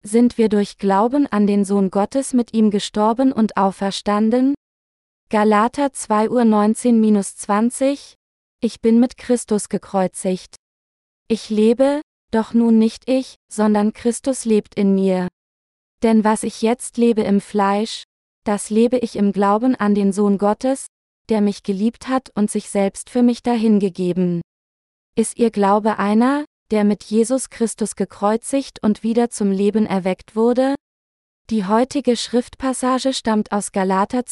sind wir durch Glauben an den Sohn Gottes mit ihm gestorben und auferstanden? Galater 2:19-20 Ich bin mit Christus gekreuzigt. Ich lebe, doch nun nicht ich, sondern Christus lebt in mir. Denn was ich jetzt lebe im Fleisch, das lebe ich im Glauben an den Sohn Gottes, der mich geliebt hat und sich selbst für mich dahingegeben. Ist Ihr Glaube einer, der mit Jesus Christus gekreuzigt und wieder zum Leben erweckt wurde? Die heutige Schriftpassage stammt aus Galater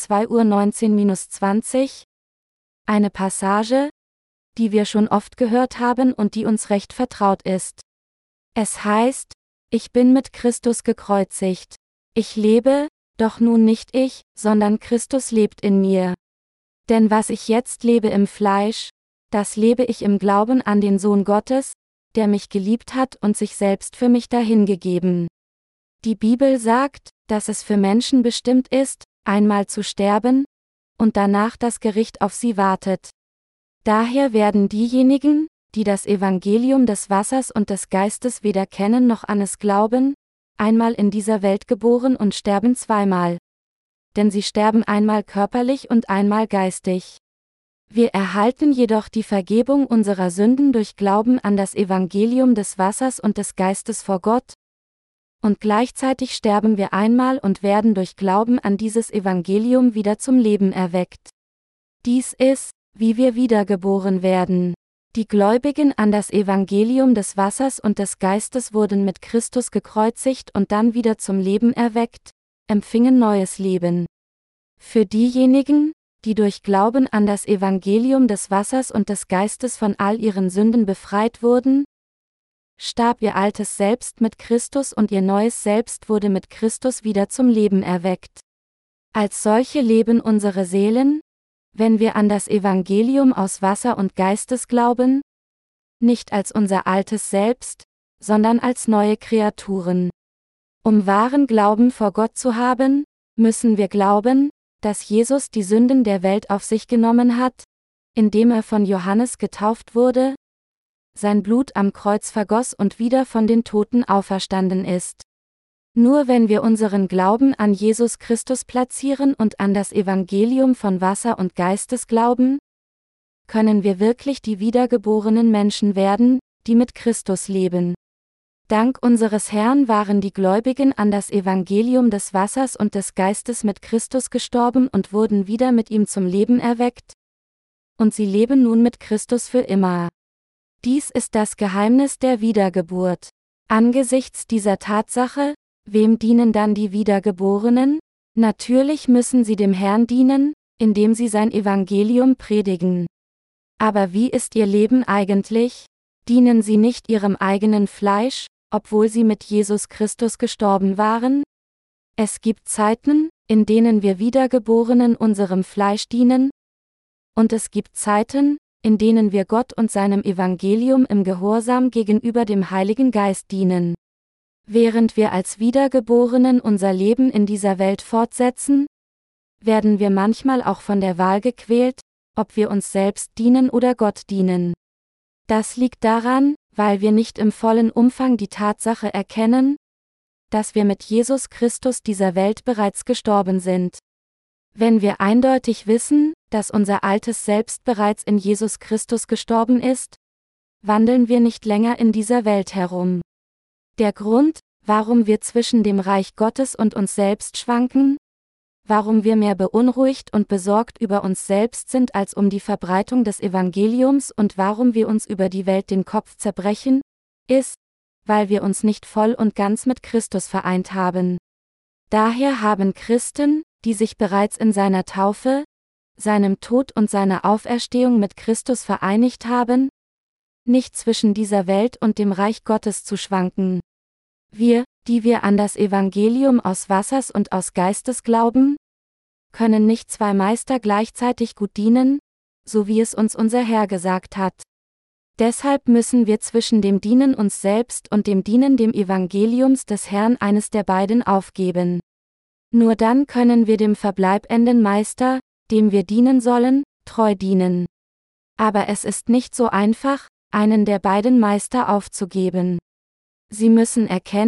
2:19-20. Eine Passage, die wir schon oft gehört haben und die uns recht vertraut ist. Es heißt, ich bin mit Christus gekreuzigt. Ich lebe, doch nun nicht ich, sondern Christus lebt in mir. Denn was ich jetzt lebe im Fleisch, das lebe ich im Glauben an den Sohn Gottes, der mich geliebt hat und sich selbst für mich dahingegeben. Die Bibel sagt, dass es für Menschen bestimmt ist, einmal zu sterben, und danach das Gericht auf sie wartet. Daher werden diejenigen, die das Evangelium des Wassers und des Geistes weder kennen noch an es glauben, einmal in dieser Welt geboren und sterben zweimal. Denn sie sterben einmal körperlich und einmal geistig. Wir erhalten jedoch die Vergebung unserer Sünden durch Glauben an das Evangelium des Wassers und des Geistes vor Gott, und gleichzeitig sterben wir einmal und werden durch Glauben an dieses Evangelium wieder zum Leben erweckt. Dies ist, wie wir wiedergeboren werden. Die Gläubigen an das Evangelium des Wassers und des Geistes wurden mit Christus gekreuzigt und dann wieder zum Leben erweckt, empfingen neues Leben. Für diejenigen, die durch Glauben an das Evangelium des Wassers und des Geistes von all ihren Sünden befreit wurden, starb ihr altes Selbst mit Christus und ihr neues Selbst wurde mit Christus wieder zum Leben erweckt. Als solche leben unsere Seelen, wenn wir an das Evangelium aus Wasser und Geistes glauben, nicht als unser altes Selbst, sondern als neue Kreaturen. Um wahren Glauben vor Gott zu haben, müssen wir glauben, dass Jesus die Sünden der Welt auf sich genommen hat, indem er von Johannes getauft wurde, sein Blut am Kreuz vergoss und wieder von den Toten auferstanden ist. Nur wenn wir unseren Glauben an Jesus Christus platzieren und an das Evangelium von Wasser und Geistes glauben, können wir wirklich die wiedergeborenen Menschen werden, die mit Christus leben. Dank unseres Herrn waren die Gläubigen an das Evangelium des Wassers und des Geistes mit Christus gestorben und wurden wieder mit ihm zum Leben erweckt, und sie leben nun mit Christus für immer. Dies ist das Geheimnis der Wiedergeburt. Angesichts dieser Tatsache, wem dienen dann die Wiedergeborenen? Natürlich müssen sie dem Herrn dienen, indem sie sein Evangelium predigen. Aber wie ist ihr Leben eigentlich? Dienen sie nicht ihrem eigenen Fleisch, obwohl sie mit Jesus Christus gestorben waren? Es gibt Zeiten, in denen wir Wiedergeborenen unserem Fleisch dienen, und es gibt Zeiten, in denen wir Gott und seinem Evangelium im Gehorsam gegenüber dem Heiligen Geist dienen. Während wir als Wiedergeborenen unser Leben in dieser Welt fortsetzen, werden wir manchmal auch von der Wahl gequält, ob wir uns selbst dienen oder Gott dienen. Das liegt daran, weil wir nicht im vollen Umfang die Tatsache erkennen, dass wir mit Jesus Christus dieser Welt bereits gestorben sind. Wenn wir eindeutig wissen, dass unser altes Selbst bereits in Jesus Christus gestorben ist, wandeln wir nicht länger in dieser Welt herum. Der Grund, warum wir zwischen dem Reich Gottes und uns selbst schwanken, warum wir mehr beunruhigt und besorgt über uns selbst sind als um die Verbreitung des Evangeliums und warum wir uns über die Welt den Kopf zerbrechen, ist, weil wir uns nicht voll und ganz mit Christus vereint haben. Daher haben Christen, die sich bereits in seiner Taufe, seinem Tod und seiner Auferstehung mit Christus vereinigt haben, nicht zwischen dieser Welt und dem Reich Gottes zu schwanken. Wir, die wir an das Evangelium aus Wassers und aus Geistes glauben, können nicht zwei Meister gleichzeitig gut dienen, so wie es uns unser Herr gesagt hat. Deshalb müssen wir zwischen dem Dienen uns selbst und dem Dienen dem Evangeliums des Herrn eines der beiden aufgeben. Nur dann können wir dem verbleibenden Meister, dem wir dienen sollen, treu dienen. Aber es ist nicht so einfach, einen der beiden Meister aufzugeben. Sie müssen erkennen,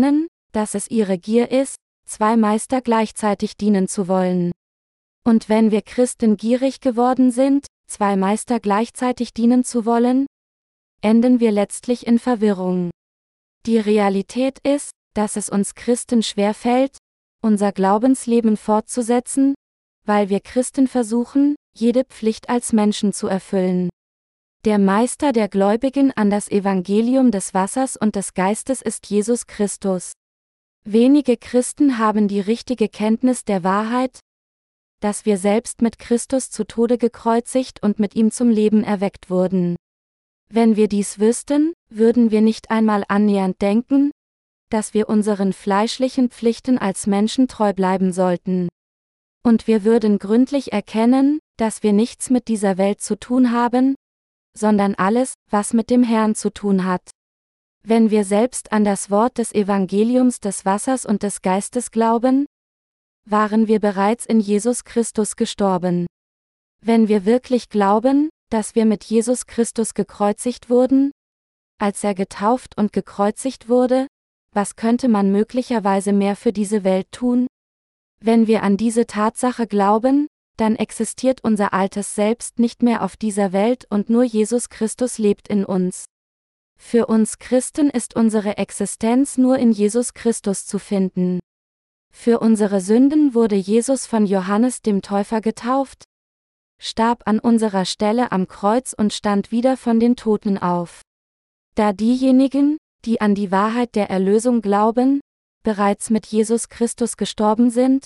dass es ihre Gier ist, zwei Meister gleichzeitig dienen zu wollen. Und wenn wir Christen gierig geworden sind, zwei Meister gleichzeitig dienen zu wollen, enden wir letztlich in Verwirrung. Die Realität ist, dass es uns Christen schwerfällt, unser Glaubensleben fortzusetzen, weil wir Christen versuchen, jede Pflicht als Menschen zu erfüllen. Der Meister der Gläubigen an das Evangelium des Wassers und des Geistes ist Jesus Christus. Wenige Christen haben die richtige Kenntnis der Wahrheit, dass wir selbst mit Christus zu Tode gekreuzigt und mit ihm zum Leben erweckt wurden. Wenn wir dies wüssten, würden wir nicht einmal annähernd denken, dass wir unseren fleischlichen Pflichten als Menschen treu bleiben sollten. Und wir würden gründlich erkennen, dass wir nichts mit dieser Welt zu tun haben, sondern alles, was mit dem Herrn zu tun hat. Wenn wir selbst an das Wort des Evangeliums des Wassers und des Geistes glauben, waren wir bereits in Jesus Christus gestorben. Wenn wir wirklich glauben, dass wir mit Jesus Christus gekreuzigt wurden, als er getauft und gekreuzigt wurde, was könnte man möglicherweise mehr für diese Welt tun? Wenn wir an diese Tatsache glauben, dann existiert unser altes Selbst nicht mehr auf dieser Welt und nur Jesus Christus lebt in uns. Für uns Christen ist unsere Existenz nur in Jesus Christus zu finden. Für unsere Sünden wurde Jesus von Johannes dem Täufer getauft, starb an unserer Stelle am Kreuz und stand wieder von den Toten auf. Da diejenigen, die an die Wahrheit der Erlösung glauben, bereits mit Jesus Christus gestorben sind,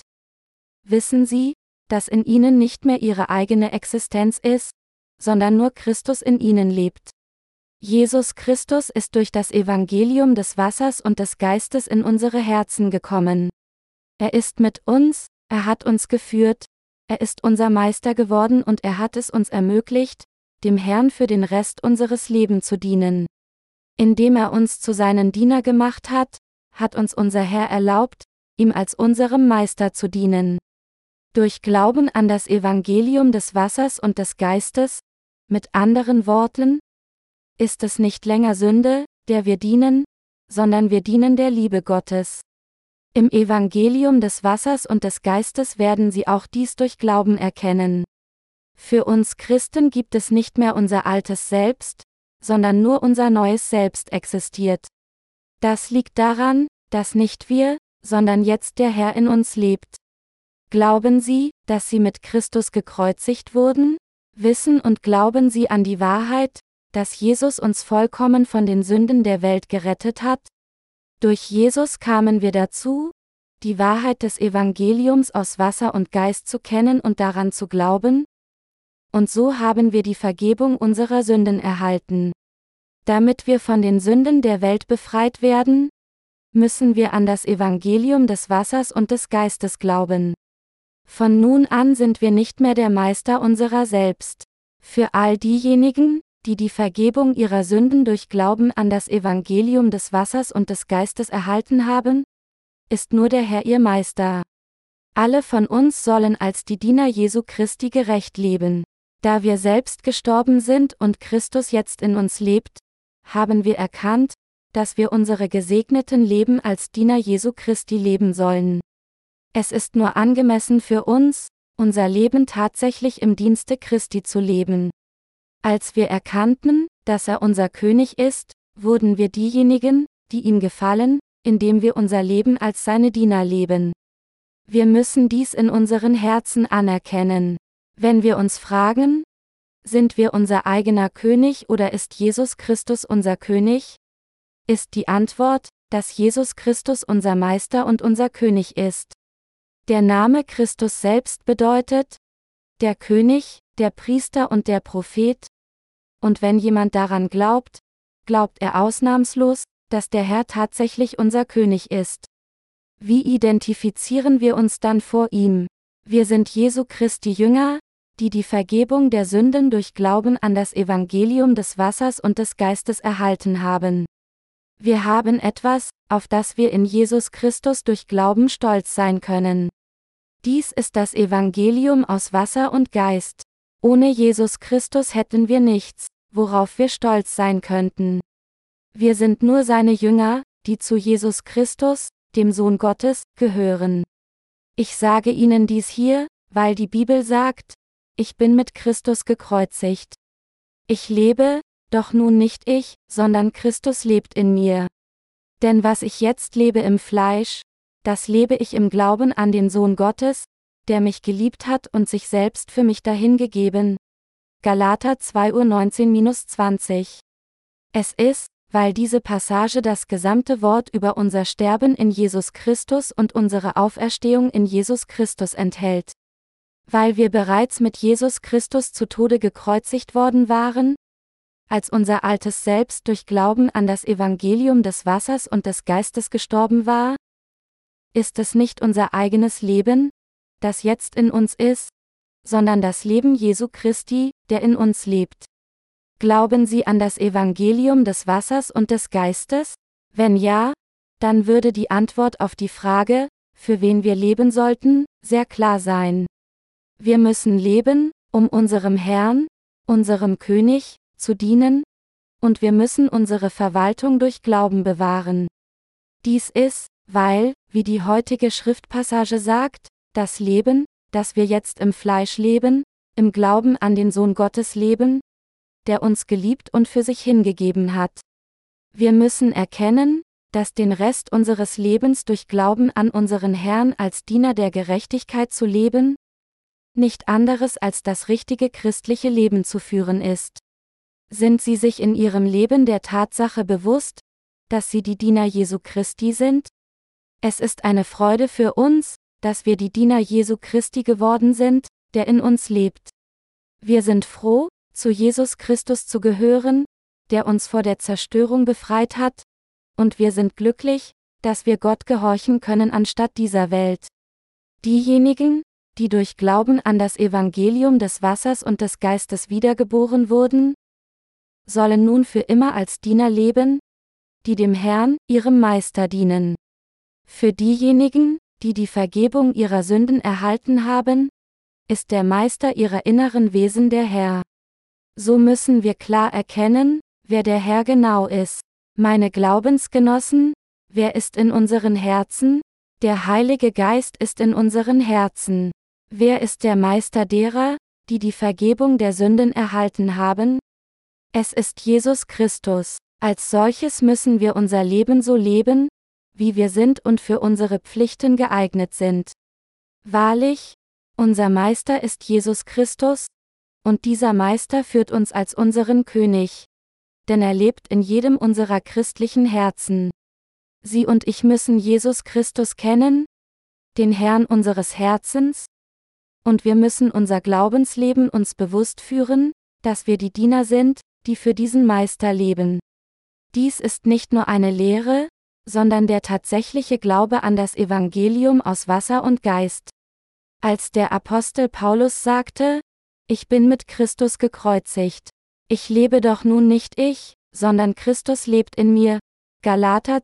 wissen sie, dass in ihnen nicht mehr ihre eigene Existenz ist, sondern nur Christus in ihnen lebt. Jesus Christus ist durch das Evangelium des Wassers und des Geistes in unsere Herzen gekommen. Er ist mit uns, er hat uns geführt, er ist unser Meister geworden und er hat es uns ermöglicht, dem Herrn für den Rest unseres Lebens zu dienen. Indem er uns zu seinen Diener gemacht hat, hat uns unser Herr erlaubt, ihm als unserem Meister zu dienen. Durch Glauben an das Evangelium des Wassers und des Geistes, mit anderen Worten, ist es nicht länger Sünde, der wir dienen, sondern wir dienen der Liebe Gottes. Im Evangelium des Wassers und des Geistes werden sie auch dies durch Glauben erkennen. Für uns Christen gibt es nicht mehr unser altes Selbst, sondern nur unser neues Selbst existiert. Das liegt daran, dass nicht wir, sondern jetzt der Herr in uns lebt. Glauben Sie, dass Sie mit Christus gekreuzigt wurden? Wissen und glauben Sie an die Wahrheit, dass Jesus uns vollkommen von den Sünden der Welt gerettet hat? Durch Jesus kamen wir dazu, die Wahrheit des Evangeliums aus Wasser und Geist zu kennen und daran zu glauben? Und so haben wir die Vergebung unserer Sünden erhalten. Damit wir von den Sünden der Welt befreit werden, müssen wir an das Evangelium des Wassers und des Geistes glauben. Von nun an sind wir nicht mehr der Meister unserer selbst. Für all diejenigen, die die Vergebung ihrer Sünden durch Glauben an das Evangelium des Wassers und des Geistes erhalten haben, ist nur der Herr ihr Meister. Alle von uns sollen als die Diener Jesu Christi gerecht leben. Da wir selbst gestorben sind und Christus jetzt in uns lebt, haben wir erkannt, dass wir unsere gesegneten Leben als Diener Jesu Christi leben sollen. Es ist nur angemessen für uns, unser Leben tatsächlich im Dienste Christi zu leben. Als wir erkannten, dass er unser König ist, wurden wir diejenigen, die ihm gefallen, indem wir unser Leben als seine Diener leben. Wir müssen dies in unseren Herzen anerkennen. Wenn wir uns fragen, sind wir unser eigener König oder ist Jesus Christus unser König? Ist die Antwort, dass Jesus Christus unser Meister und unser König ist. Der Name Christus selbst bedeutet, der König, der Priester und der Prophet. Und wenn jemand daran glaubt, glaubt er ausnahmslos, dass der Herr tatsächlich unser König ist. Wie identifizieren wir uns dann vor ihm? Wir sind Jesu Christi Jünger, die die Vergebung der Sünden durch Glauben an das Evangelium des Wassers und des Geistes erhalten haben. Wir haben etwas, auf das wir in Jesus Christus durch Glauben stolz sein können. Dies ist das Evangelium aus Wasser und Geist. Ohne Jesus Christus hätten wir nichts, worauf wir stolz sein könnten. Wir sind nur seine Jünger, die zu Jesus Christus, dem Sohn Gottes, gehören. Ich sage Ihnen dies hier, weil die Bibel sagt, ich bin mit Christus gekreuzigt. Ich lebe, doch nun nicht ich, sondern Christus lebt in mir. Denn was ich jetzt lebe im Fleisch, das lebe ich im Glauben an den Sohn Gottes, der mich geliebt hat und sich selbst für mich dahingegeben. Galater 2:19-20. Es ist, weil diese Passage das gesamte Wort über unser Sterben in Jesus Christus und unsere Auferstehung in Jesus Christus enthält. Weil wir bereits mit Jesus Christus zu Tode gekreuzigt worden waren, als unser altes Selbst durch Glauben an das Evangelium des Wassers und des Geistes gestorben war, ist es nicht unser eigenes Leben, das jetzt in uns ist, sondern das Leben Jesu Christi, der in uns lebt. Glauben Sie an das Evangelium des Wassers und des Geistes? Wenn ja, dann würde die Antwort auf die Frage, für wen wir leben sollten, sehr klar sein. Wir müssen leben, um unserem Herrn, unserem König, zu dienen, und wir müssen unsere Verwaltung durch Glauben bewahren. Dies ist, weil, wie die heutige Schriftpassage sagt, das Leben, das wir jetzt im Fleisch leben, im Glauben an den Sohn Gottes leben, der uns geliebt und für sich hingegeben hat. Wir müssen erkennen, dass den Rest unseres Lebens durch Glauben an unseren Herrn als Diener der Gerechtigkeit zu leben, nicht anderes als das richtige christliche Leben zu führen ist. Sind Sie sich in Ihrem Leben der Tatsache bewusst, dass Sie die Diener Jesu Christi sind? Es ist eine Freude für uns, dass wir die Diener Jesu Christi geworden sind, der in uns lebt. Wir sind froh, zu Jesus Christus zu gehören, der uns vor der Zerstörung befreit hat, und wir sind glücklich, dass wir Gott gehorchen können anstatt dieser Welt. Diejenigen, die durch Glauben an das Evangelium des Wassers und des Geistes wiedergeboren wurden, sollen nun für immer als Diener leben, die dem Herrn, ihrem Meister dienen. Für diejenigen, die die Vergebung ihrer Sünden erhalten haben, ist der Meister ihrer inneren Wesen der Herr. So müssen wir klar erkennen, wer der Herr genau ist. Meine Glaubensgenossen, wer ist in unseren Herzen? Der Heilige Geist ist in unseren Herzen. Wer ist der Meister derer, die die Vergebung der Sünden erhalten haben? Es ist Jesus Christus. Als solches müssen wir unser Leben so leben, wie wir sind und für unsere Pflichten geeignet sind. Wahrlich, unser Meister ist Jesus Christus, und dieser Meister führt uns als unseren König. Denn er lebt in jedem unserer christlichen Herzen. Sie und ich müssen Jesus Christus kennen, den Herrn unseres Herzens, und wir müssen unser Glaubensleben uns bewusst führen, dass wir die Diener sind, die für diesen Meister leben. Dies ist nicht nur eine Lehre, sondern der tatsächliche Glaube an das Evangelium aus Wasser und Geist. Als der Apostel Paulus sagte, ich bin mit Christus gekreuzigt. Ich lebe doch nun nicht ich, sondern Christus lebt in mir. Galater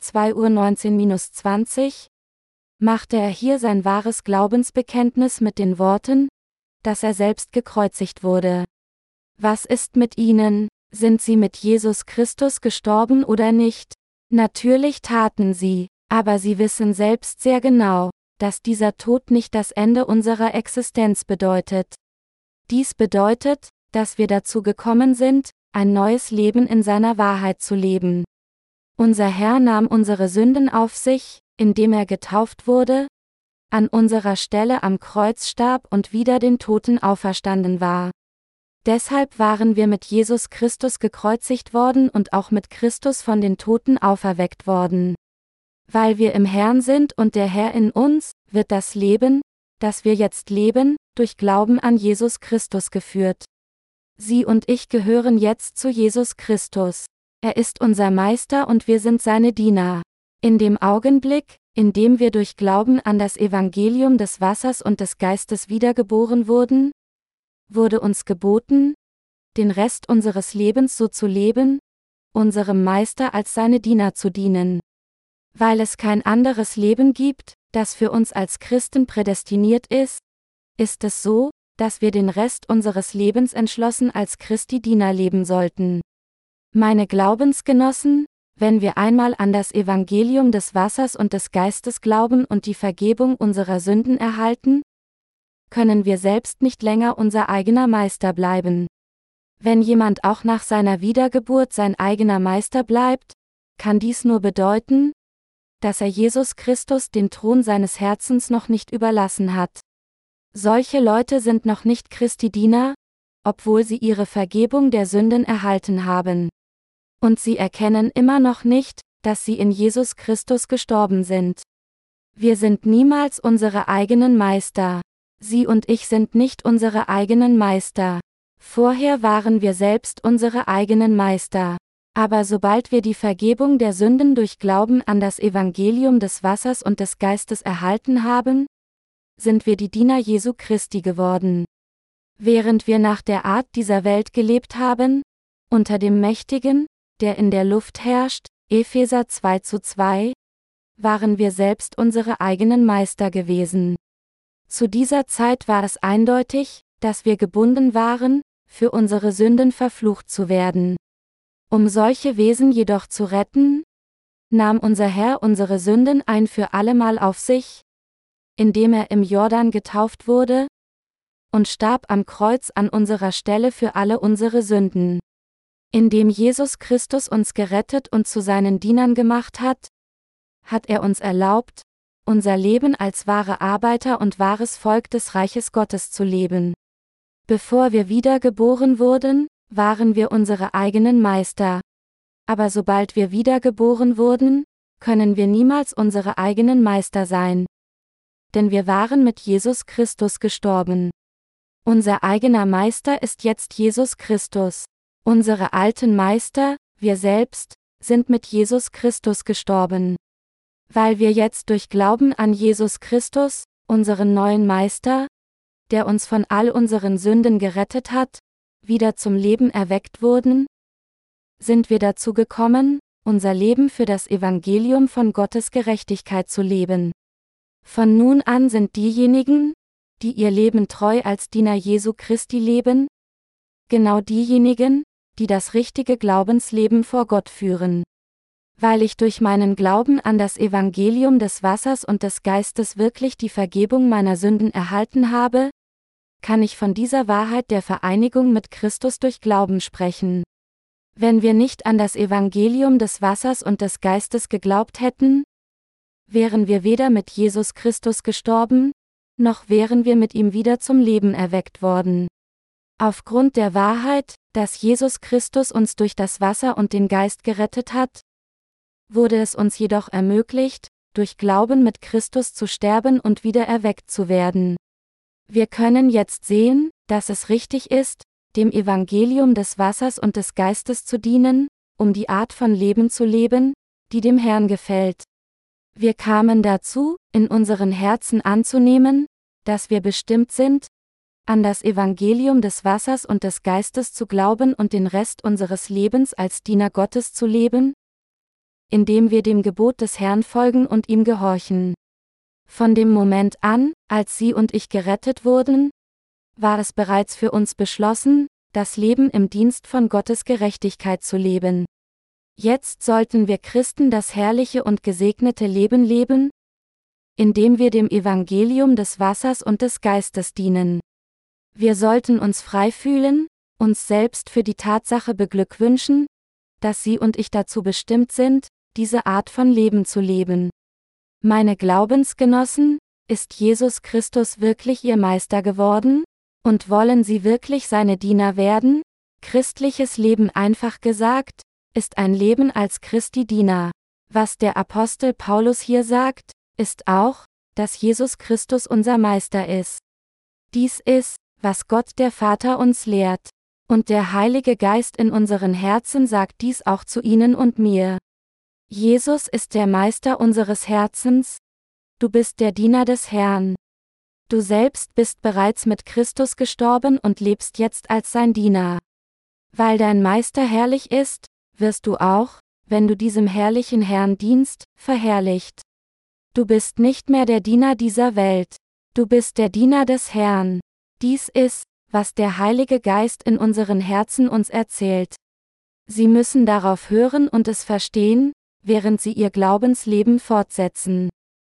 2:19-20. Machte er hier sein wahres Glaubensbekenntnis mit den Worten, dass er selbst gekreuzigt wurde. Was ist mit Ihnen? Sind Sie mit Jesus Christus gestorben oder nicht? Natürlich taten Sie, aber Sie wissen selbst sehr genau, dass dieser Tod nicht das Ende unserer Existenz bedeutet. Dies bedeutet, dass wir dazu gekommen sind, ein neues Leben in seiner Wahrheit zu leben. Unser Herr nahm unsere Sünden auf sich, indem er getauft wurde, an unserer Stelle am Kreuz starb und wieder den Toten auferstanden war. Deshalb waren wir mit Jesus Christus gekreuzigt worden und auch mit Christus von den Toten auferweckt worden. Weil wir im Herrn sind und der Herr in uns, wird das Leben, das wir jetzt leben, durch Glauben an Jesus Christus geführt. Sie und ich gehören jetzt zu Jesus Christus. Er ist unser Meister und wir sind seine Diener. In dem Augenblick, in dem wir durch Glauben an das Evangelium des Wassers und des Geistes wiedergeboren wurden, wurde uns geboten, den Rest unseres Lebens so zu leben, unserem Meister als seine Diener zu dienen. Weil es kein anderes Leben gibt, das für uns als Christen prädestiniert ist es so, dass wir den Rest unseres Lebens entschlossen als Christi Diener leben sollten. Meine Glaubensgenossen, Wenn wir einmal an das Evangelium des Wassers und des Geistes glauben und die Vergebung unserer Sünden erhalten, können wir selbst nicht länger unser eigener Meister bleiben. Wenn jemand auch nach seiner Wiedergeburt sein eigener Meister bleibt, kann dies nur bedeuten, dass er Jesus Christus den Thron seines Herzens noch nicht überlassen hat. Solche Leute sind noch nicht Christi Diener, obwohl sie ihre Vergebung der Sünden erhalten haben. Und sie erkennen immer noch nicht, dass sie in Jesus Christus gestorben sind. Wir sind niemals unsere eigenen Meister. Sie und ich sind nicht unsere eigenen Meister. Vorher waren wir selbst unsere eigenen Meister. Aber sobald wir die Vergebung der Sünden durch Glauben an das Evangelium des Wassers und des Geistes erhalten haben, sind wir die Diener Jesu Christi geworden. Während wir nach der Art dieser Welt gelebt haben, unter dem Mächtigen, der in der Luft herrscht, Epheser 2:2, waren wir selbst unsere eigenen Meister gewesen. Zu dieser Zeit war es eindeutig, dass wir gebunden waren, für unsere Sünden verflucht zu werden. Um solche Wesen jedoch zu retten, nahm unser Herr unsere Sünden ein für allemal auf sich, indem er im Jordan getauft wurde, und starb am Kreuz an unserer Stelle für alle unsere Sünden. Indem Jesus Christus uns gerettet und zu seinen Dienern gemacht hat, hat er uns erlaubt, unser Leben als wahre Arbeiter und wahres Volk des Reiches Gottes zu leben. Bevor wir wiedergeboren wurden, waren wir unsere eigenen Meister. Aber sobald wir wiedergeboren wurden, können wir niemals unsere eigenen Meister sein. Denn wir waren mit Jesus Christus gestorben. Unser eigener Meister ist jetzt Jesus Christus. Unsere alten Meister, wir selbst, sind mit Jesus Christus gestorben. Weil wir jetzt durch Glauben an Jesus Christus, unseren neuen Meister, der uns von all unseren Sünden gerettet hat, wieder zum Leben erweckt wurden, sind wir dazu gekommen, unser Leben für das Evangelium von Gottes Gerechtigkeit zu leben. Von nun an sind diejenigen, die ihr Leben treu als Diener Jesu Christi leben, genau diejenigen, die das richtige Glaubensleben vor Gott führen. Weil ich durch meinen Glauben an das Evangelium des Wassers und des Geistes wirklich die Vergebung meiner Sünden erhalten habe, kann ich von dieser Wahrheit der Vereinigung mit Christus durch Glauben sprechen. Wenn wir nicht an das Evangelium des Wassers und des Geistes geglaubt hätten, wären wir weder mit Jesus Christus gestorben, noch wären wir mit ihm wieder zum Leben erweckt worden. Aufgrund der Wahrheit, dass Jesus Christus uns durch das Wasser und den Geist gerettet hat, wurde es uns jedoch ermöglicht, durch Glauben mit Christus zu sterben und wieder erweckt zu werden. Wir können jetzt sehen, dass es richtig ist, dem Evangelium des Wassers und des Geistes zu dienen, um die Art von Leben zu leben, die dem Herrn gefällt. Wir kamen dazu, in unseren Herzen anzunehmen, dass wir bestimmt sind, an das Evangelium des Wassers und des Geistes zu glauben und den Rest unseres Lebens als Diener Gottes zu leben, indem wir dem Gebot des Herrn folgen und ihm gehorchen. Von dem Moment an, als Sie und ich gerettet wurden, war es bereits für uns beschlossen, das Leben im Dienst von Gottes Gerechtigkeit zu leben. Jetzt sollten wir Christen das herrliche und gesegnete Leben leben, indem wir dem Evangelium des Wassers und des Geistes dienen. Wir sollten uns frei fühlen, uns selbst für die Tatsache beglückwünschen, dass Sie und ich dazu bestimmt sind, diese Art von Leben zu leben. Meine Glaubensgenossen, ist Jesus Christus wirklich Ihr Meister geworden? Und wollen Sie wirklich seine Diener werden? Christliches Leben, einfach gesagt, ist ein Leben als Christi Diener. Was der Apostel Paulus hier sagt, ist auch, dass Jesus Christus unser Meister ist. Dies ist, was Gott der Vater uns lehrt. Und der Heilige Geist in unseren Herzen sagt dies auch zu Ihnen und mir. Jesus ist der Meister unseres Herzens. Du bist der Diener des Herrn. Du selbst bist bereits mit Christus gestorben und lebst jetzt als sein Diener. Weil dein Meister herrlich ist, wirst du auch, wenn du diesem herrlichen Herrn dienst, verherrlicht. Du bist nicht mehr der Diener dieser Welt. Du bist der Diener des Herrn. Dies ist, was der Heilige Geist in unseren Herzen uns erzählt. Sie müssen darauf hören und es verstehen, während Sie Ihr Glaubensleben fortsetzen.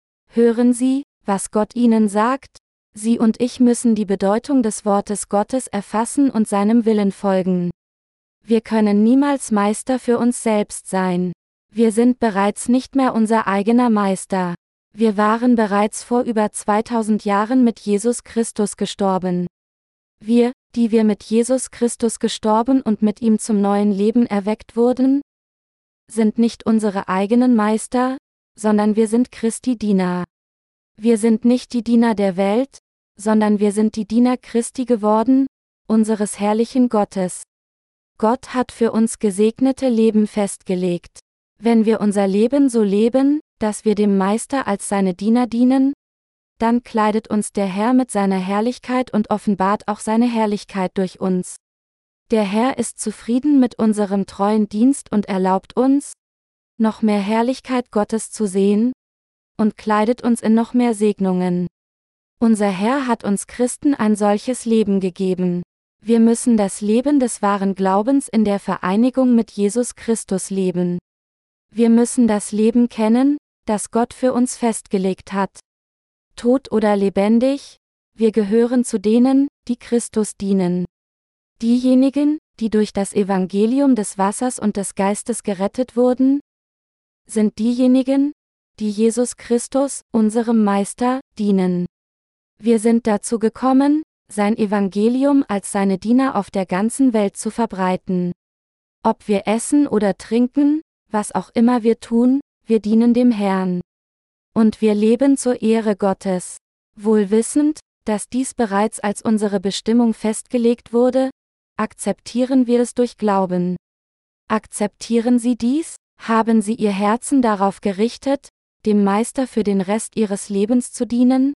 Hören Sie, was Gott Ihnen sagt? Sie und ich müssen die Bedeutung des Wortes Gottes erfassen und seinem Willen folgen. Wir können niemals Meister für uns selbst sein. Wir sind bereits nicht mehr unser eigener Meister. Wir waren bereits vor über 2000 Jahren mit Jesus Christus gestorben. Wir, die wir mit Jesus Christus gestorben und mit ihm zum neuen Leben erweckt wurden, sind nicht unsere eigenen Meister, sondern wir sind Christi Diener. Wir sind nicht die Diener der Welt, sondern wir sind die Diener Christi geworden, unseres herrlichen Gottes. Gott hat für uns gesegnete Leben festgelegt. Wenn wir unser Leben so leben, dass wir dem Meister als seine Diener dienen, dann kleidet uns der Herr mit seiner Herrlichkeit und offenbart auch seine Herrlichkeit durch uns. Der Herr ist zufrieden mit unserem treuen Dienst und erlaubt uns, noch mehr Herrlichkeit Gottes zu sehen, und kleidet uns in noch mehr Segnungen. Unser Herr hat uns Christen ein solches Leben gegeben. Wir müssen das Leben des wahren Glaubens in der Vereinigung mit Jesus Christus leben. Wir müssen das Leben kennen, das Gott für uns festgelegt hat. Tot oder lebendig, wir gehören zu denen, die Christus dienen. Diejenigen, die durch das Evangelium des Wassers und des Geistes gerettet wurden, sind diejenigen, die Jesus Christus, unserem Meister, dienen. Wir sind dazu gekommen, sein Evangelium als seine Diener auf der ganzen Welt zu verbreiten. Ob wir essen oder trinken, was auch immer wir tun, wir dienen dem Herrn. Und wir leben zur Ehre Gottes. Wohl wissend, dass dies bereits als unsere Bestimmung festgelegt wurde, akzeptieren wir es durch Glauben. Akzeptieren Sie dies? Haben Sie Ihr Herzen darauf gerichtet, dem Meister für den Rest Ihres Lebens zu dienen?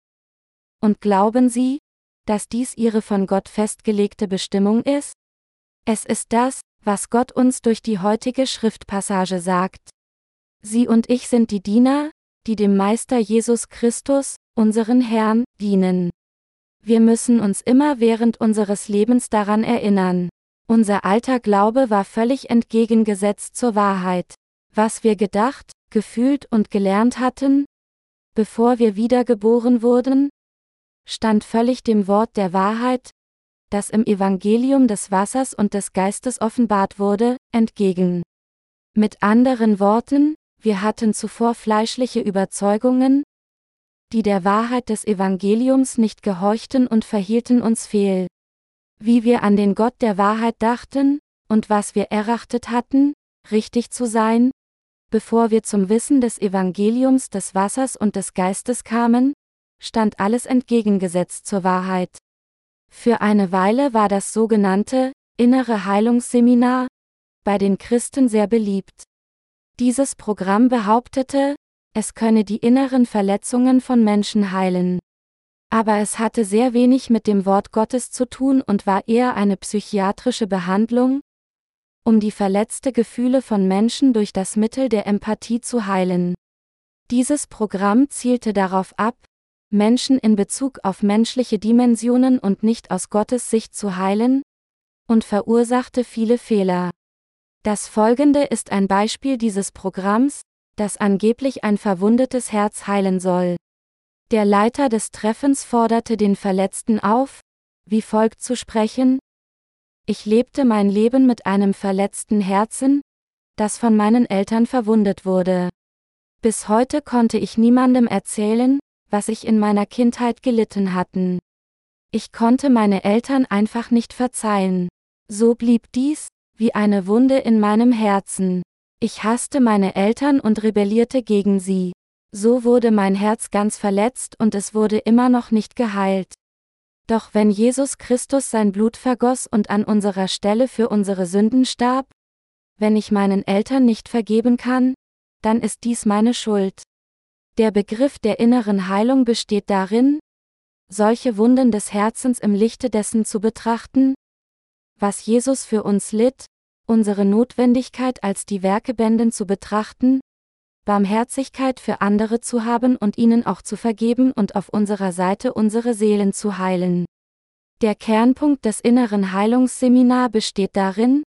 Und glauben Sie, dass dies Ihre von Gott festgelegte Bestimmung ist? Es ist das, was Gott uns durch die heutige Schriftpassage sagt. Sie und ich sind die Diener, die dem Meister Jesus Christus, unseren Herrn, dienen. Wir müssen uns immer während unseres Lebens daran erinnern. Unser alter Glaube war völlig entgegengesetzt zur Wahrheit. Was wir gedacht, gefühlt und gelernt hatten, bevor wir wiedergeboren wurden, stand völlig dem Wort der Wahrheit, das im Evangelium des Wassers und des Geistes offenbart wurde, entgegen. Mit anderen Worten, wir hatten zuvor fleischliche Überzeugungen, die der Wahrheit des Evangeliums nicht gehorchten und verhielten uns fehl. Wie wir an den Gott der Wahrheit dachten, und was wir erachtet hatten, richtig zu sein, bevor wir zum Wissen des Evangeliums des Wassers und des Geistes kamen, stand alles entgegengesetzt zur Wahrheit. Für eine Weile war das sogenannte innere Heilungsseminar bei den Christen sehr beliebt. Dieses Programm behauptete, es könne die inneren Verletzungen von Menschen heilen. Aber es hatte sehr wenig mit dem Wort Gottes zu tun und war eher eine psychiatrische Behandlung, um die verletzte Gefühle von Menschen durch das Mittel der Empathie zu heilen. Dieses Programm zielte darauf ab, Menschen in Bezug auf menschliche Dimensionen und nicht aus Gottes Sicht zu heilen, und verursachte viele Fehler. Das folgende ist ein Beispiel dieses Programms, das angeblich ein verwundetes Herz heilen soll. Der Leiter des Treffens forderte den Verletzten auf, wie folgt zu sprechen: Ich lebte mein Leben mit einem verletzten Herzen, das von meinen Eltern verwundet wurde. Bis heute konnte ich niemandem erzählen, was ich in meiner Kindheit gelitten hatten. Ich konnte meine Eltern einfach nicht verzeihen. So blieb dies, wie eine Wunde in meinem Herzen. Ich hasste meine Eltern und rebellierte gegen sie. So wurde mein Herz ganz verletzt und es wurde immer noch nicht geheilt. Doch wenn Jesus Christus sein Blut vergoss und an unserer Stelle für unsere Sünden starb, wenn ich meinen Eltern nicht vergeben kann, dann ist dies meine Schuld. Der Begriff der inneren Heilung besteht darin, solche Wunden des Herzens im Lichte dessen zu betrachten, was Jesus für uns litt, unsere Notwendigkeit als die Werkebänden zu betrachten, Barmherzigkeit für andere zu haben und ihnen auch zu vergeben und auf unserer Seite unsere Seelen zu heilen. Der Kernpunkt des inneren Heilungsseminars besteht darin,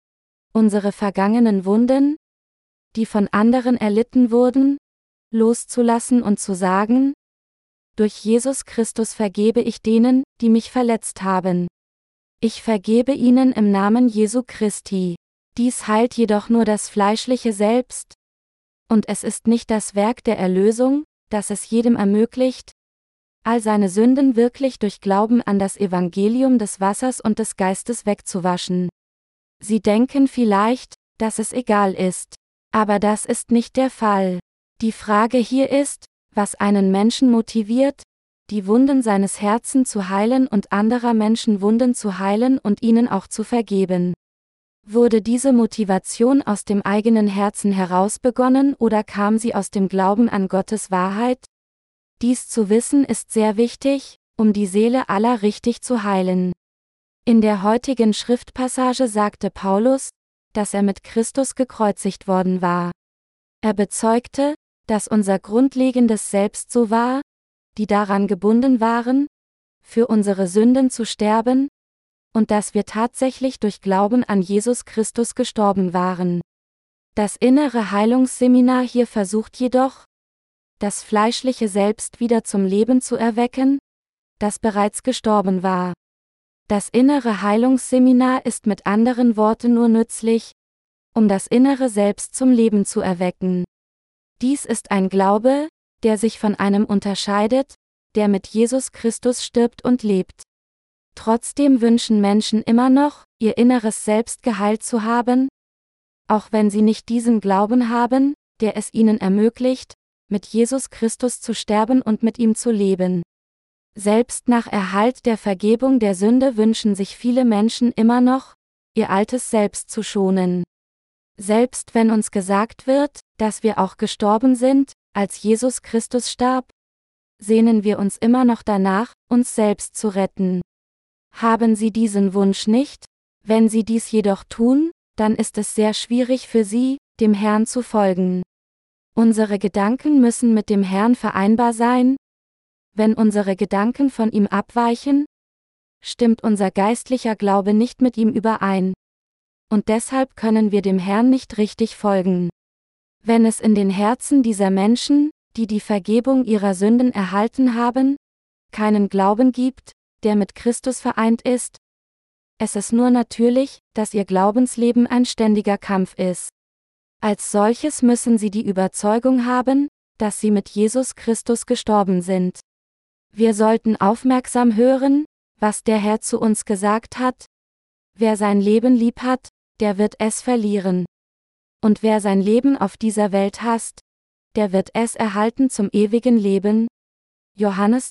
unsere vergangenen Wunden, die von anderen erlitten wurden, loszulassen und zu sagen: Durch Jesus Christus vergebe ich denen, die mich verletzt haben. Ich vergebe ihnen im Namen Jesu Christi. Dies heilt jedoch nur das fleischliche Selbst, und es ist nicht das Werk der Erlösung, das es jedem ermöglicht, all seine Sünden wirklich durch Glauben an das Evangelium des Wassers und des Geistes wegzuwaschen. Sie denken vielleicht, dass es egal ist. Aber das ist nicht der Fall. Die Frage hier ist, was einen Menschen motiviert, die Wunden seines Herzens zu heilen und anderer Menschen Wunden zu heilen und ihnen auch zu vergeben. Wurde diese Motivation aus dem eigenen Herzen heraus begonnen oder kam sie aus dem Glauben an Gottes Wahrheit? Dies zu wissen ist sehr wichtig, um die Seele aller richtig zu heilen. In der heutigen Schriftpassage sagte Paulus, dass er mit Christus gekreuzigt worden war. Er bezeugte, dass unser grundlegendes Selbst so war, die daran gebunden waren, für unsere Sünden zu sterben, und dass wir tatsächlich durch Glauben an Jesus Christus gestorben waren. Das innere Heilungsseminar hier versucht jedoch, das fleischliche Selbst wieder zum Leben zu erwecken, das bereits gestorben war. Das innere Heilungsseminar ist mit anderen Worten nur nützlich, um das innere Selbst zum Leben zu erwecken. Dies ist ein Glaube, der sich von einem unterscheidet, der mit Jesus Christus stirbt und lebt. Trotzdem wünschen Menschen immer noch, ihr inneres Selbst geheilt zu haben, auch wenn sie nicht diesen Glauben haben, der es ihnen ermöglicht, mit Jesus Christus zu sterben und mit ihm zu leben. Selbst nach Erhalt der Vergebung der Sünde wünschen sich viele Menschen immer noch, ihr altes Selbst zu schonen. Selbst wenn uns gesagt wird, dass wir auch gestorben sind, als Jesus Christus starb, sehnen wir uns immer noch danach, uns selbst zu retten. Haben Sie diesen Wunsch nicht? Wenn Sie dies jedoch tun, dann ist es sehr schwierig für Sie, dem Herrn zu folgen. Unsere Gedanken müssen mit dem Herrn vereinbar sein. Wenn unsere Gedanken von ihm abweichen, stimmt unser geistlicher Glaube nicht mit ihm überein. Und deshalb können wir dem Herrn nicht richtig folgen. Wenn es in den Herzen dieser Menschen, die die Vergebung ihrer Sünden erhalten haben, keinen Glauben gibt, der mit Christus vereint ist, es ist nur natürlich, dass ihr Glaubensleben ein ständiger Kampf ist. Als solches müssen sie die Überzeugung haben, dass sie mit Jesus Christus gestorben sind. Wir sollten aufmerksam hören, was der Herr zu uns gesagt hat: Wer sein Leben lieb hat, der wird es verlieren. Und wer sein Leben auf dieser Welt hasst, der wird es erhalten zum ewigen Leben. Johannes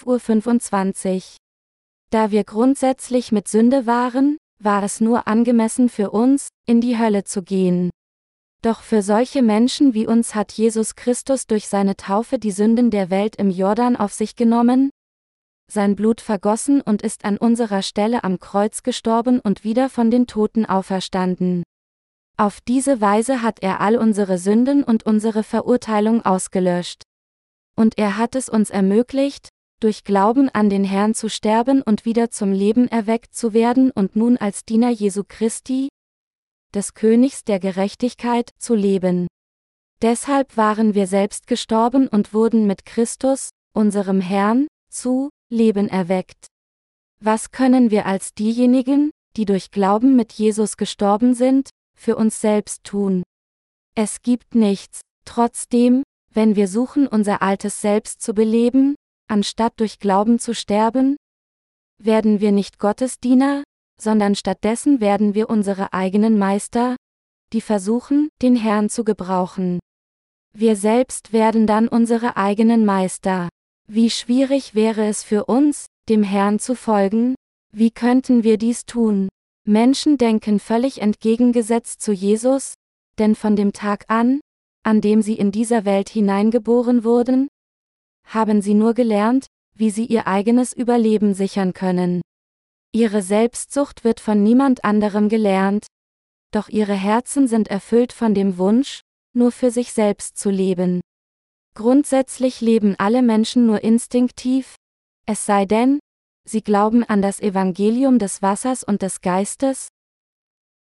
12:25. Da wir grundsätzlich mit Sünde waren, war es nur angemessen für uns, in die Hölle zu gehen. Doch für solche Menschen wie uns hat Jesus Christus durch seine Taufe die Sünden der Welt im Jordan auf sich genommen, sein Blut vergossen und ist an unserer Stelle am Kreuz gestorben und wieder von den Toten auferstanden. Auf diese Weise hat er all unsere Sünden und unsere Verurteilung ausgelöscht. Und er hat es uns ermöglicht, durch Glauben an den Herrn zu sterben und wieder zum Leben erweckt zu werden und nun als Diener Jesu Christi, des Königs der Gerechtigkeit, zu leben. Deshalb waren wir selbst gestorben und wurden mit Christus, unserem Herrn, zu Leben erweckt. Was können wir als diejenigen, die durch Glauben mit Jesus gestorben sind, für uns selbst tun? Es gibt nichts. Trotzdem, wenn wir suchen, unser altes Selbst zu beleben, anstatt durch Glauben zu sterben, werden wir nicht Gottes Diener, sondern stattdessen werden wir unsere eigenen Meister, die versuchen, den Herrn zu gebrauchen. Wir selbst werden dann unsere eigenen Meister. Wie schwierig wäre es für uns, dem Herrn zu folgen? Wie könnten wir dies tun? Menschen denken völlig entgegengesetzt zu Jesus, denn von dem Tag an dem sie in dieser Welt hineingeboren wurden, haben sie nur gelernt, wie sie ihr eigenes Überleben sichern können. Ihre Selbstsucht wird von niemand anderem gelernt, doch ihre Herzen sind erfüllt von dem Wunsch, nur für sich selbst zu leben. Grundsätzlich leben alle Menschen nur instinktiv, es sei denn, sie glauben an das Evangelium des Wassers und des Geistes,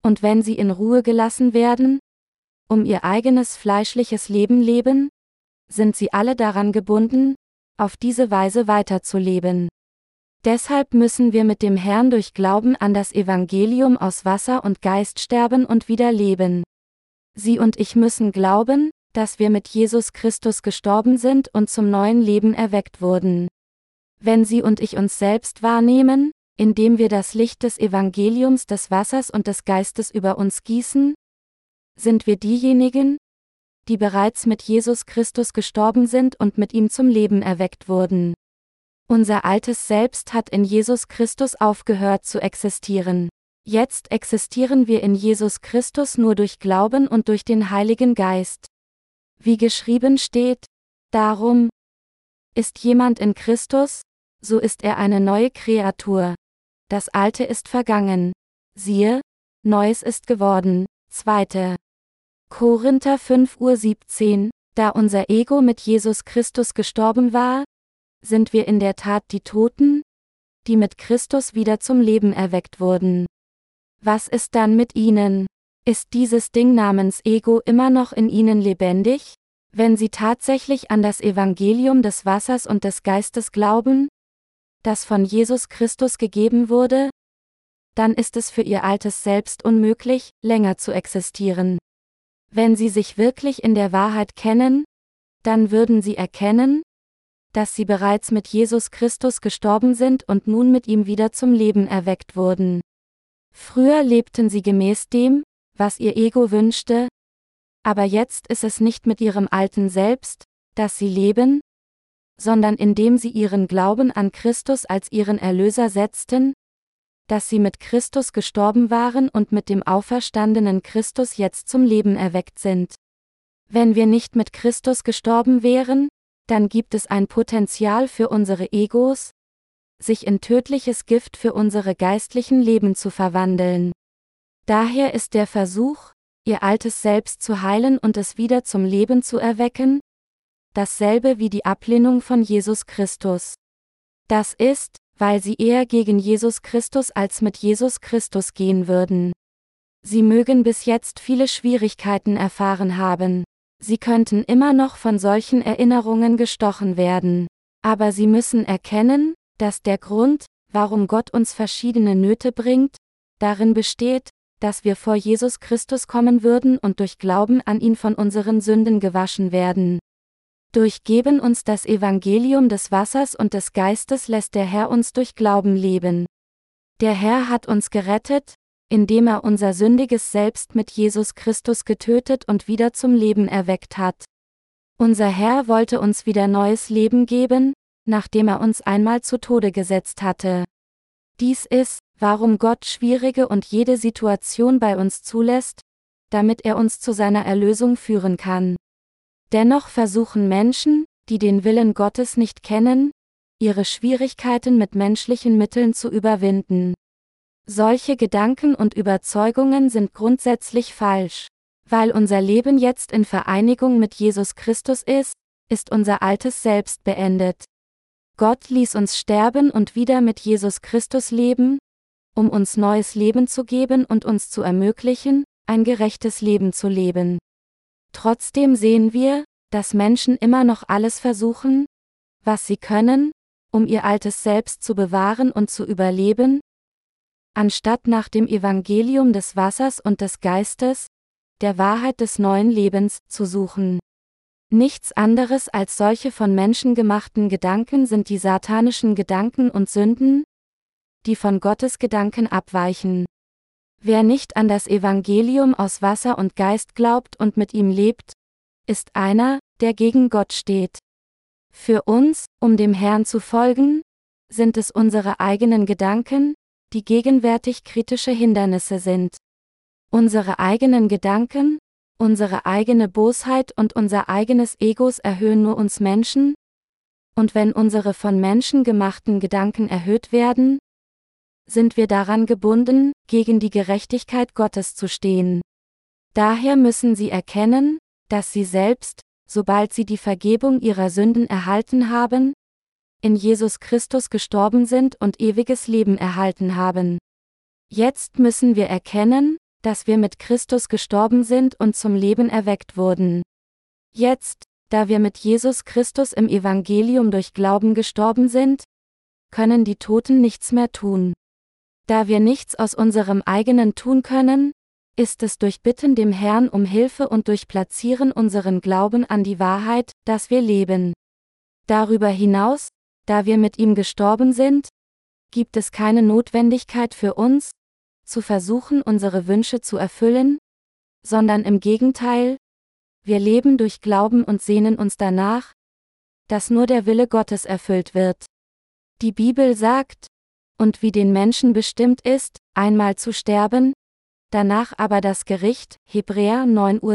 Und wenn sie in Ruhe gelassen werden, um ihr eigenes fleischliches Leben leben, sind sie alle daran gebunden, auf diese Weise weiterzuleben. Deshalb müssen wir mit dem Herrn durch Glauben an das Evangelium aus Wasser und Geist sterben und wieder leben. Sie und ich müssen glauben, dass wir mit Jesus Christus gestorben sind und zum neuen Leben erweckt wurden. Wenn Sie und ich uns selbst wahrnehmen, indem wir das Licht des Evangeliums des Wassers und des Geistes über uns gießen, sind wir diejenigen, die bereits mit Jesus Christus gestorben sind und mit ihm zum Leben erweckt wurden. Unser altes Selbst hat in Jesus Christus aufgehört zu existieren. Jetzt existieren wir in Jesus Christus nur durch Glauben und durch den Heiligen Geist. Wie geschrieben steht, darum, ist jemand in Christus, so ist er eine neue Kreatur. Das Alte ist vergangen. Siehe, Neues ist geworden. 2. Korinther 5:17. Da unser Ego mit Jesus Christus gestorben war, sind wir in der Tat die Toten, die mit Christus wieder zum Leben erweckt wurden. Was ist dann mit ihnen? Ist dieses Ding namens Ego immer noch in ihnen lebendig, wenn sie tatsächlich an das Evangelium des Wassers und des Geistes glauben, das von Jesus Christus gegeben wurde? Dann ist es für ihr altes Selbst unmöglich, länger zu existieren. Wenn sie sich wirklich in der Wahrheit kennen, dann würden sie erkennen, dass sie bereits mit Jesus Christus gestorben sind und nun mit ihm wieder zum Leben erweckt wurden. Früher lebten sie gemäß dem, was ihr Ego wünschte, aber jetzt ist es nicht mit ihrem alten Selbst, dass sie leben, sondern indem sie ihren Glauben an Christus als ihren Erlöser setzten, dass sie mit Christus gestorben waren und mit dem auferstandenen Christus jetzt zum Leben erweckt sind. Wenn wir nicht mit Christus gestorben wären, dann gibt es ein Potenzial für unsere Egos, sich in tödliches Gift für unsere geistlichen Leben zu verwandeln. Daher ist der Versuch, ihr altes Selbst zu heilen und es wieder zum Leben zu erwecken, dasselbe wie die Ablehnung von Jesus Christus. Das ist, weil sie eher gegen Jesus Christus als mit Jesus Christus gehen würden. Sie mögen bis jetzt viele Schwierigkeiten erfahren haben. Sie könnten immer noch von solchen Erinnerungen gestochen werden. Aber sie müssen erkennen, dass der Grund, warum Gott uns verschiedene Nöte bringt, darin besteht, dass wir vor Jesus Christus kommen würden und durch Glauben an ihn von unseren Sünden gewaschen werden. Durch Geben uns das Evangelium des Wassers und des Geistes lässt der Herr uns durch Glauben leben. Der Herr hat uns gerettet, indem er unser sündiges Selbst mit Jesus Christus getötet und wieder zum Leben erweckt hat. Unser Herr wollte uns wieder neues Leben geben, nachdem er uns einmal zu Tode gesetzt hatte. Dies ist, warum Gott schwierige und jede Situation bei uns zulässt, damit er uns zu seiner Erlösung führen kann. Dennoch versuchen Menschen, die den Willen Gottes nicht kennen, ihre Schwierigkeiten mit menschlichen Mitteln zu überwinden. Solche Gedanken und Überzeugungen sind grundsätzlich falsch. Weil unser Leben jetzt in Vereinigung mit Jesus Christus ist unser altes Selbst beendet. Gott ließ uns sterben und wieder mit Jesus Christus leben, um uns neues Leben zu geben und uns zu ermöglichen, ein gerechtes Leben zu leben. Trotzdem sehen wir, dass Menschen immer noch alles versuchen, was sie können, um ihr altes Selbst zu bewahren und zu überleben, anstatt nach dem Evangelium des Wassers und des Geistes, der Wahrheit des neuen Lebens, zu suchen. Nichts anderes als solche von Menschen gemachten Gedanken sind die satanischen Gedanken und Sünden, die von Gottes Gedanken abweichen. Wer nicht an das Evangelium aus Wasser und Geist glaubt und mit ihm lebt, ist einer, der gegen Gott steht. Für uns, um dem Herrn zu folgen, sind es unsere eigenen Gedanken, die gegenwärtig kritische Hindernisse sind. Unsere eigenen Gedanken, unsere eigene Bosheit und unser eigenes Egos erhöhen nur uns Menschen, und wenn unsere von Menschen gemachten Gedanken erhöht werden, sind wir daran gebunden, gegen die Gerechtigkeit Gottes zu stehen. Daher müssen sie erkennen, dass sie selbst, sobald sie die Vergebung ihrer Sünden erhalten haben, in Jesus Christus gestorben sind und ewiges Leben erhalten haben. Jetzt müssen wir erkennen, dass wir mit Christus gestorben sind und zum Leben erweckt wurden. Jetzt, da wir mit Jesus Christus im Evangelium durch Glauben gestorben sind, können die Toten nichts mehr tun. Da wir nichts aus unserem eigenen tun können, ist es durch Bitten dem Herrn um Hilfe und durch Platzieren unseren Glauben an die Wahrheit, dass wir leben. Darüber hinaus, da wir mit ihm gestorben sind, gibt es keine Notwendigkeit für uns, zu versuchen, unsere Wünsche zu erfüllen, sondern im Gegenteil, wir leben durch Glauben und sehnen uns danach, dass nur der Wille Gottes erfüllt wird. Die Bibel sagt, und wie den Menschen bestimmt ist, einmal zu sterben, danach aber das Gericht, Hebräer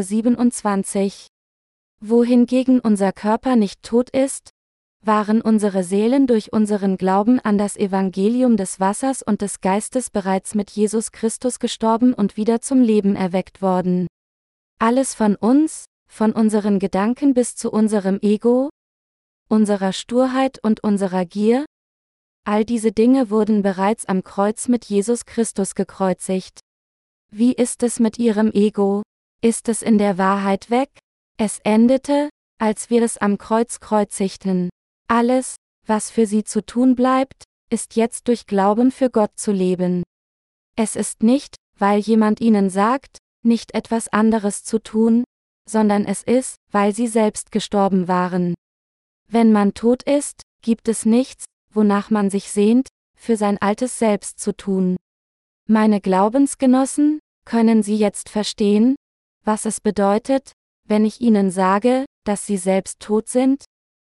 9:27. Wohingegen unser Körper nicht tot ist, waren unsere Seelen durch unseren Glauben an das Evangelium des Wassers und des Geistes bereits mit Jesus Christus gestorben und wieder zum Leben erweckt worden. Alles von uns, von unseren Gedanken bis zu unserem Ego, unserer Sturheit und unserer Gier, all diese Dinge wurden bereits am Kreuz mit Jesus Christus gekreuzigt. Wie ist es mit Ihrem Ego? Ist es in der Wahrheit weg? Es endete, als wir es am Kreuz kreuzigten. Alles, was für Sie zu tun bleibt, ist jetzt durch Glauben für Gott zu leben. Es ist nicht, weil jemand Ihnen sagt, nicht etwas anderes zu tun, sondern es ist, weil Sie selbst gestorben waren. Wenn man tot ist, gibt es nichts, wonach man sich sehnt, für sein altes Selbst zu tun. Meine Glaubensgenossen, können Sie jetzt verstehen, was es bedeutet, wenn ich Ihnen sage, dass Sie selbst tot sind?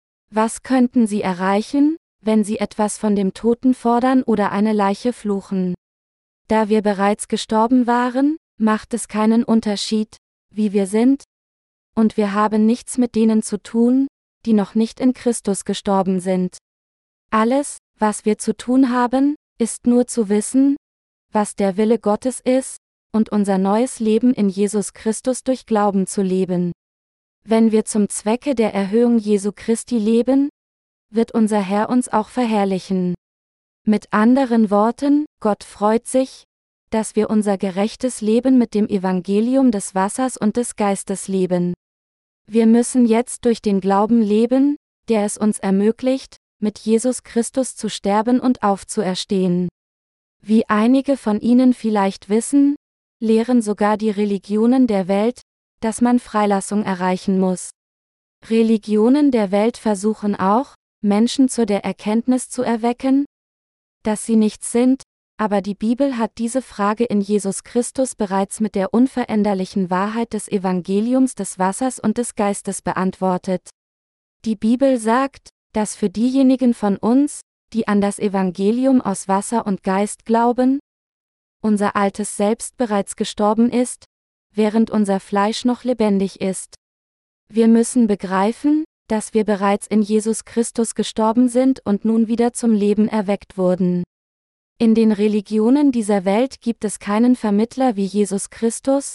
Was könnten Sie erreichen, wenn Sie etwas von dem Toten fordern oder eine Leiche fluchen? Da wir bereits gestorben waren, macht es keinen Unterschied, wie wir sind, und wir haben nichts mit denen zu tun, die noch nicht in Christus gestorben sind. Alles, was wir zu tun haben, ist nur zu wissen, was der Wille Gottes ist, und unser neues Leben in Jesus Christus durch Glauben zu leben. Wenn wir zum Zwecke der Erhöhung Jesu Christi leben, wird unser Herr uns auch verherrlichen. Mit anderen Worten, Gott freut sich, dass wir unser gerechtes Leben mit dem Evangelium des Wassers und des Geistes leben. Wir müssen jetzt durch den Glauben leben, der es uns ermöglicht, mit Jesus Christus zu sterben und aufzuerstehen. Wie einige von Ihnen vielleicht wissen, lehren sogar die Religionen der Welt, dass man Freilassung erreichen muss. Religionen der Welt versuchen auch, Menschen zu der Erkenntnis zu erwecken, dass sie nichts sind, aber die Bibel hat diese Frage in Jesus Christus bereits mit der unveränderlichen Wahrheit des Evangeliums des Wassers und des Geistes beantwortet. Die Bibel sagt, dass für diejenigen von uns, die an das Evangelium aus Wasser und Geist glauben, unser altes Selbst bereits gestorben ist, während unser Fleisch noch lebendig ist. Wir müssen begreifen, dass wir bereits in Jesus Christus gestorben sind und nun wieder zum Leben erweckt wurden. In den Religionen dieser Welt gibt es keinen Vermittler wie Jesus Christus,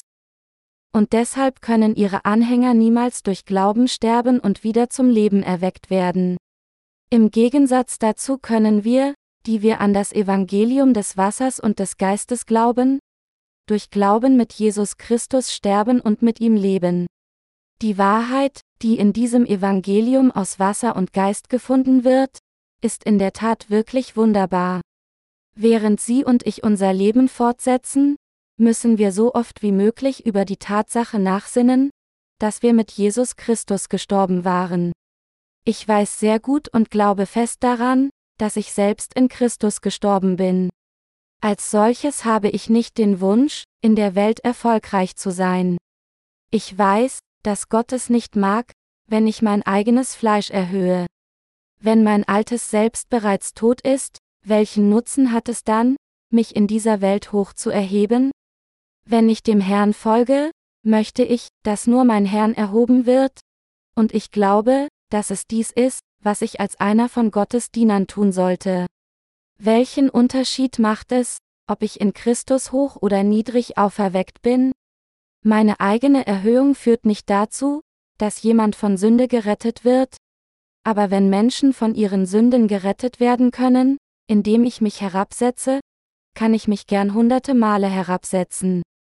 und deshalb können ihre Anhänger niemals durch Glauben sterben und wieder zum Leben erweckt werden. Im Gegensatz dazu können wir, die wir an das Evangelium des Wassers und des Geistes glauben, durch Glauben mit Jesus Christus sterben und mit ihm leben. Die Wahrheit, die in diesem Evangelium aus Wasser und Geist gefunden wird, ist in der Tat wirklich wunderbar. Während Sie und ich unser Leben fortsetzen, müssen wir so oft wie möglich über die Tatsache nachsinnen, dass wir mit Jesus Christus gestorben waren. Ich weiß sehr gut und glaube fest daran, dass ich selbst in Christus gestorben bin. Als solches habe ich nicht den Wunsch, in der Welt erfolgreich zu sein. Ich weiß, dass Gott es nicht mag, wenn ich mein eigenes Fleisch erhöhe. Wenn mein altes Selbst bereits tot ist, welchen Nutzen hat es dann, mich in dieser Welt hoch zu erheben? Wenn ich dem Herrn folge, möchte ich, dass nur mein Herrn erhoben wird, und ich glaube, dass es dies ist, was ich als einer von Gottes Dienern tun sollte. Welchen Unterschied macht es, ob ich in Christus hoch oder niedrig auferweckt bin? Meine eigene Erhöhung führt nicht dazu, dass jemand von Sünde gerettet wird, aber wenn Menschen von ihren Sünden gerettet werden können, indem ich mich herabsetze, kann ich mich gern hunderte Male herabsetzen.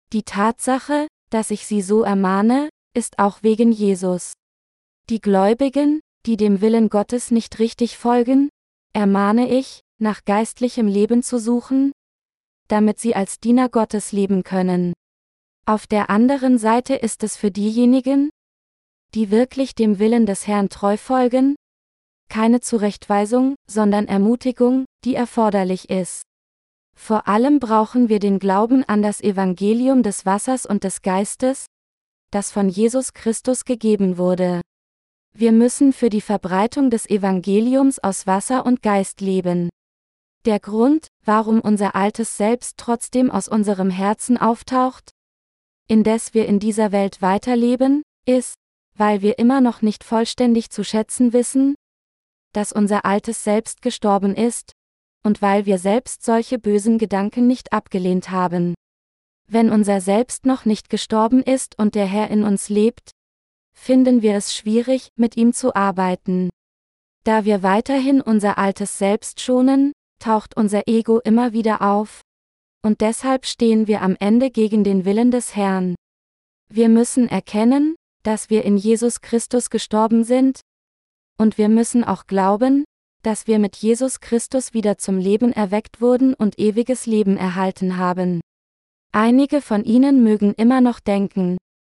Die Tatsache, dass ich Sie so ermahne, ist auch wegen Jesus. Die Gläubigen, die dem Willen Gottes nicht richtig folgen, ermahne ich, nach geistlichem Leben zu suchen, damit sie als Diener Gottes leben können. Auf der anderen Seite ist es für diejenigen, die wirklich dem Willen des Herrn treu folgen, keine Zurechtweisung, sondern Ermutigung, die erforderlich ist. Vor allem brauchen wir den Glauben an das Evangelium des Wassers und des Geistes, das von Jesus Christus gegeben wurde. Wir müssen für die Verbreitung des Evangeliums aus Wasser und Geist leben. Der Grund, warum unser altes Selbst trotzdem aus unserem Herzen auftaucht, indes wir in dieser Welt weiterleben, ist, weil wir immer noch nicht vollständig zu schätzen wissen, dass unser altes Selbst gestorben ist, und weil wir selbst solche bösen Gedanken nicht abgelehnt haben. Wenn unser Selbst noch nicht gestorben ist und der Herr in uns lebt, finden wir es schwierig, mit ihm zu arbeiten. Da wir weiterhin unser altes Selbst schonen, taucht unser Ego immer wieder auf, und deshalb stehen wir am Ende gegen den Willen des Herrn. Wir müssen erkennen, dass wir in Jesus Christus gestorben sind, und wir müssen auch glauben, dass wir mit Jesus Christus wieder zum Leben erweckt wurden und ewiges Leben erhalten haben. Einige von Ihnen mögen immer noch denken,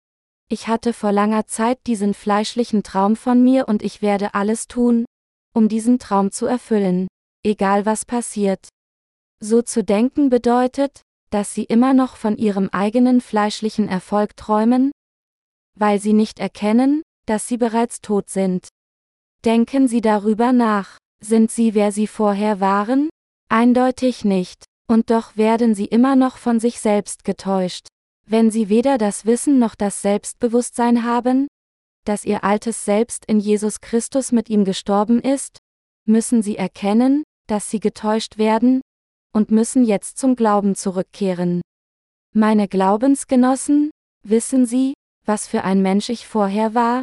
ich hatte vor langer Zeit diesen fleischlichen Traum von mir und ich werde alles tun, um diesen Traum zu erfüllen, egal was passiert. So zu denken bedeutet, dass Sie immer noch von Ihrem eigenen fleischlichen Erfolg träumen, weil Sie nicht erkennen, dass Sie bereits tot sind. Denken Sie darüber nach. Sind Sie, wer Sie vorher waren? Eindeutig nicht. Und doch werden Sie immer noch von sich selbst getäuscht. Wenn Sie weder das Wissen noch das Selbstbewusstsein haben, dass Ihr altes Selbst in Jesus Christus mit ihm gestorben ist, müssen Sie erkennen, dass Sie getäuscht werden, und müssen jetzt zum Glauben zurückkehren. Meine Glaubensgenossen, wissen Sie, was für ein Mensch ich vorher war?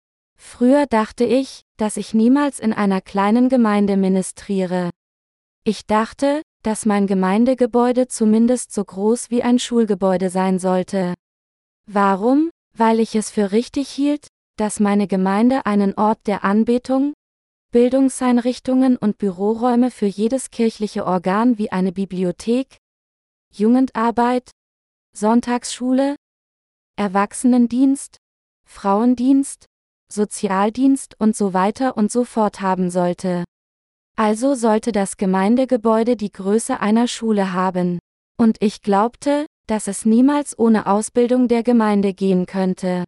Früher dachte ich, dass ich niemals in einer kleinen Gemeinde ministriere. Ich dachte, dass mein Gemeindegebäude zumindest so groß wie ein Schulgebäude sein sollte. Warum? Weil ich es für richtig hielt, dass meine Gemeinde einen Ort der Anbetung, Bildungseinrichtungen und Büroräume für jedes kirchliche Organ wie eine Bibliothek, Jugendarbeit, Sonntagsschule, Erwachsenendienst, Frauendienst, Sozialdienst und so weiter und so fort haben sollte. Also sollte das Gemeindegebäude die Größe einer Schule haben. Und ich glaubte, dass es niemals ohne Ausbildung der Gemeinde gehen könnte.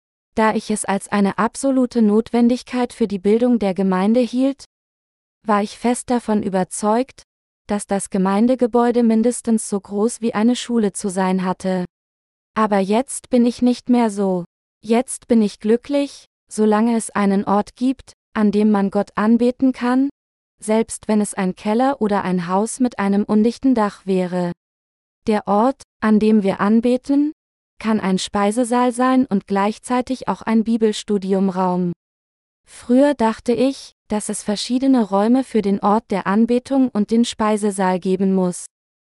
Da ich es als eine absolute Notwendigkeit für die Bildung der Gemeinde hielt, war ich fest davon überzeugt, dass das Gemeindegebäude mindestens so groß wie eine Schule zu sein hatte. Aber jetzt bin ich nicht mehr so. Jetzt bin ich glücklich, solange es einen Ort gibt, an dem man Gott anbeten kann, selbst wenn es ein Keller oder ein Haus mit einem undichten Dach wäre. Der Ort, an dem wir anbeten, kann ein Speisesaal sein und gleichzeitig auch ein Bibelstudiumraum. Früher dachte ich, dass es verschiedene Räume für den Ort der Anbetung und den Speisesaal geben muss.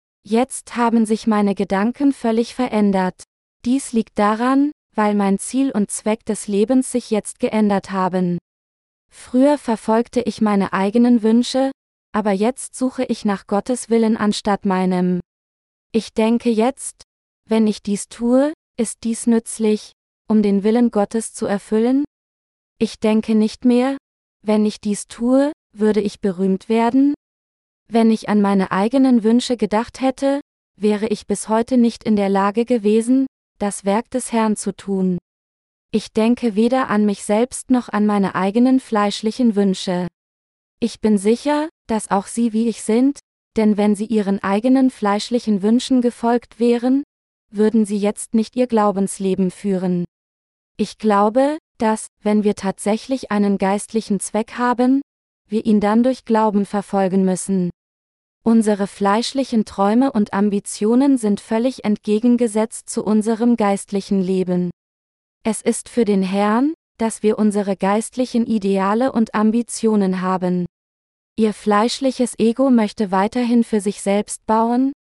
Jetzt haben sich meine Gedanken völlig verändert. Dies liegt daran, weil mein Ziel und Zweck des Lebens sich jetzt geändert haben. Früher verfolgte ich meine eigenen Wünsche, aber jetzt suche ich nach Gottes Willen anstatt meinem. Ich denke jetzt, wenn ich dies tue, ist dies nützlich, um den Willen Gottes zu erfüllen? Ich denke nicht mehr, wenn ich dies tue, würde ich berühmt werden? Wenn ich an meine eigenen Wünsche gedacht hätte, wäre ich bis heute nicht in der Lage gewesen, das Werk des Herrn zu tun. Ich denke weder an mich selbst noch an meine eigenen fleischlichen Wünsche. Ich bin sicher, dass auch Sie wie ich sind, denn wenn Sie Ihren eigenen fleischlichen Wünschen gefolgt wären, würden Sie jetzt nicht Ihr Glaubensleben führen. Ich glaube, dass, wenn wir tatsächlich einen geistlichen Zweck haben, wir ihn dann durch Glauben verfolgen müssen. Unsere fleischlichen Träume und Ambitionen sind völlig entgegengesetzt zu unserem geistlichen Leben. Es ist für den Herrn, dass wir unsere geistlichen Ideale und Ambitionen haben. Ihr fleischliches Ego möchte weiterhin für sich selbst bauen,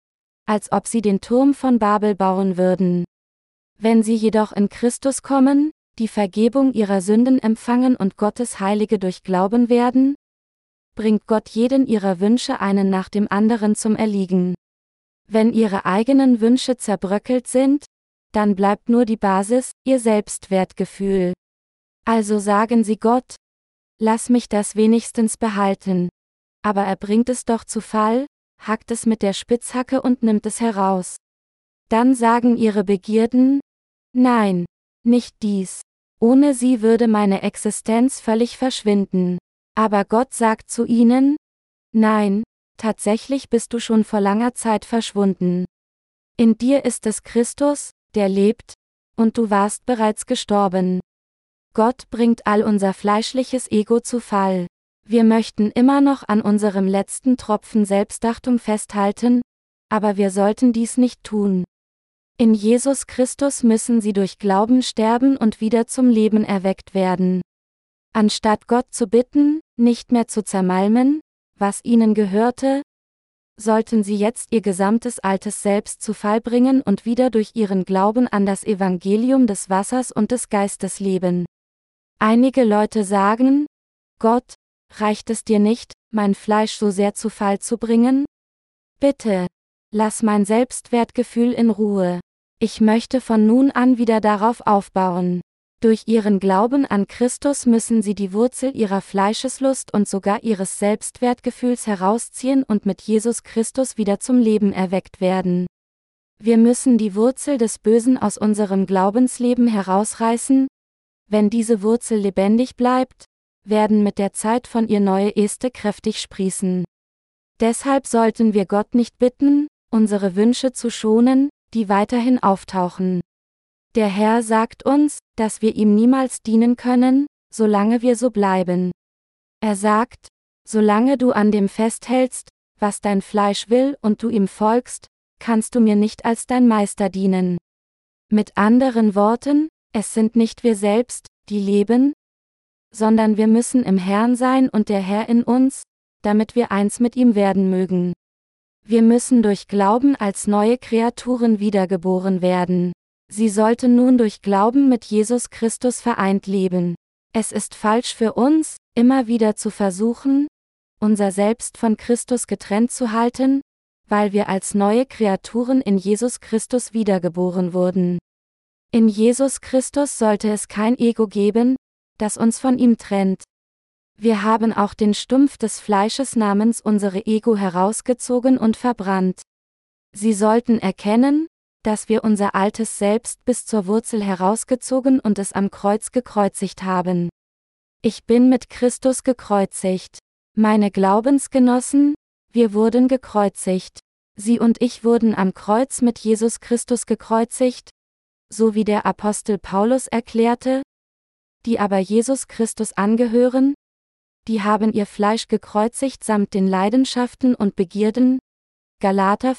als ob sie den Turm von Babel bauen würden. Wenn sie jedoch in Christus kommen, die Vergebung ihrer Sünden empfangen und Gottes Heilige durch Glauben werden, bringt Gott jeden ihrer Wünsche einen nach dem anderen zum Erliegen. Wenn ihre eigenen Wünsche zerbröckelt sind, dann bleibt nur die Basis, ihr Selbstwertgefühl. Also sagen sie Gott, lass mich das wenigstens behalten. Aber er bringt es doch zu Fall, hackt es mit der Spitzhacke und nimmt es heraus. Dann sagen ihre Begierden, nein, nicht dies. Ohne sie würde meine Existenz völlig verschwinden. Aber Gott sagt zu ihnen, nein, tatsächlich bist du schon vor langer Zeit verschwunden. In dir ist es Christus, der lebt, und du warst bereits gestorben. Gott bringt all unser fleischliches Ego zu Fall. Wir möchten immer noch an unserem letzten Tropfen Selbstachtung festhalten, aber wir sollten dies nicht tun. In Jesus Christus müssen sie durch Glauben sterben und wieder zum Leben erweckt werden. Anstatt Gott zu bitten, nicht mehr zu zermalmen, was ihnen gehörte, sollten sie jetzt ihr gesamtes altes Selbst zu Fall bringen und wieder durch ihren Glauben an das Evangelium des Wassers und des Geistes leben. Einige Leute sagen, Gott, reicht es dir nicht, mein Fleisch so sehr zu Fall zu bringen? Bitte, lass mein Selbstwertgefühl in Ruhe. Ich möchte von nun an wieder darauf aufbauen. Durch ihren Glauben an Christus müssen sie die Wurzel ihrer Fleischeslust und sogar ihres Selbstwertgefühls herausziehen und mit Jesus Christus wieder zum Leben erweckt werden. Wir müssen die Wurzel des Bösen aus unserem Glaubensleben herausreißen. Wenn diese Wurzel lebendig bleibt, werden mit der Zeit von ihr neue Äste kräftig sprießen. Deshalb sollten wir Gott nicht bitten, unsere Wünsche zu schonen, die weiterhin auftauchen. Der Herr sagt uns, dass wir ihm niemals dienen können, solange wir so bleiben. Er sagt, solange du an dem festhältst, was dein Fleisch will und du ihm folgst, kannst du mir nicht als dein Meister dienen. Mit anderen Worten, es sind nicht wir selbst, die leben, sondern wir müssen im Herrn sein und der Herr in uns, damit wir eins mit ihm werden mögen. Wir müssen durch Glauben als neue Kreaturen wiedergeboren werden. Sie sollten nun durch Glauben mit Jesus Christus vereint leben. Es ist falsch für uns, immer wieder zu versuchen, unser Selbst von Christus getrennt zu halten, weil wir als neue Kreaturen in Jesus Christus wiedergeboren wurden. In Jesus Christus sollte es kein Ego geben, das uns von ihm trennt. Wir haben auch den Stumpf des Fleisches namens unsere Ego herausgezogen und verbrannt. Sie sollten erkennen, dass wir unser altes Selbst bis zur Wurzel herausgezogen und es am Kreuz gekreuzigt haben. Ich bin mit Christus gekreuzigt. Meine Glaubensgenossen, wir wurden gekreuzigt. Sie und ich wurden am Kreuz mit Jesus Christus gekreuzigt, so wie der Apostel Paulus erklärte, die aber Jesus Christus angehören, die haben ihr Fleisch gekreuzigt samt den Leidenschaften und Begierden. Galater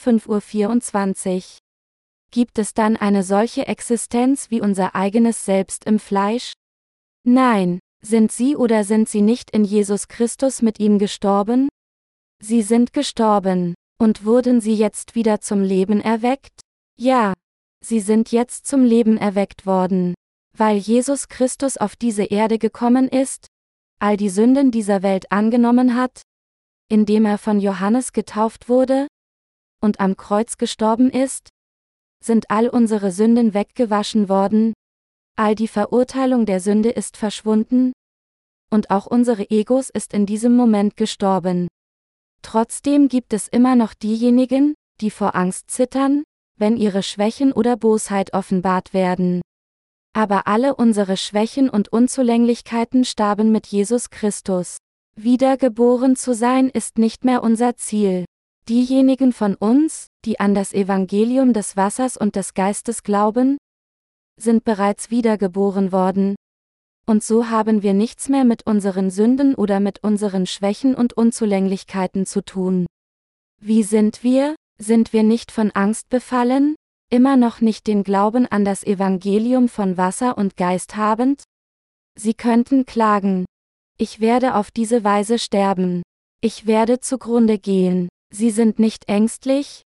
5:24. Gibt es dann eine solche Existenz wie unser eigenes Selbst im Fleisch? Nein, sind sie oder sind sie nicht in Jesus Christus mit ihm gestorben? Sie sind gestorben. Und wurden sie jetzt wieder zum Leben erweckt? Ja, sie sind jetzt zum Leben erweckt worden. Weil Jesus Christus auf diese Erde gekommen ist, all die Sünden dieser Welt angenommen hat, indem er von Johannes getauft wurde und am Kreuz gestorben ist, sind all unsere Sünden weggewaschen worden, all die Verurteilung der Sünde ist verschwunden, und auch unsere Egos ist in diesem Moment gestorben. Trotzdem gibt es immer noch diejenigen, die vor Angst zittern, wenn ihre Schwächen oder Bosheit offenbart werden. Aber alle unsere Schwächen und Unzulänglichkeiten starben mit Jesus Christus. Wiedergeboren zu sein ist nicht mehr unser Ziel. Diejenigen von uns, die an das Evangelium des Wassers und des Geistes glauben, sind bereits wiedergeboren worden. Und so haben wir nichts mehr mit unseren Sünden oder mit unseren Schwächen und Unzulänglichkeiten zu tun. Wie sind wir? Sind wir nicht von Angst befallen? Immer noch nicht den Glauben an das Evangelium von Wasser und Geist habend? Sie könnten klagen. Ich werde auf diese Weise sterben. Ich werde zugrunde gehen. Sie sind nicht ängstlich,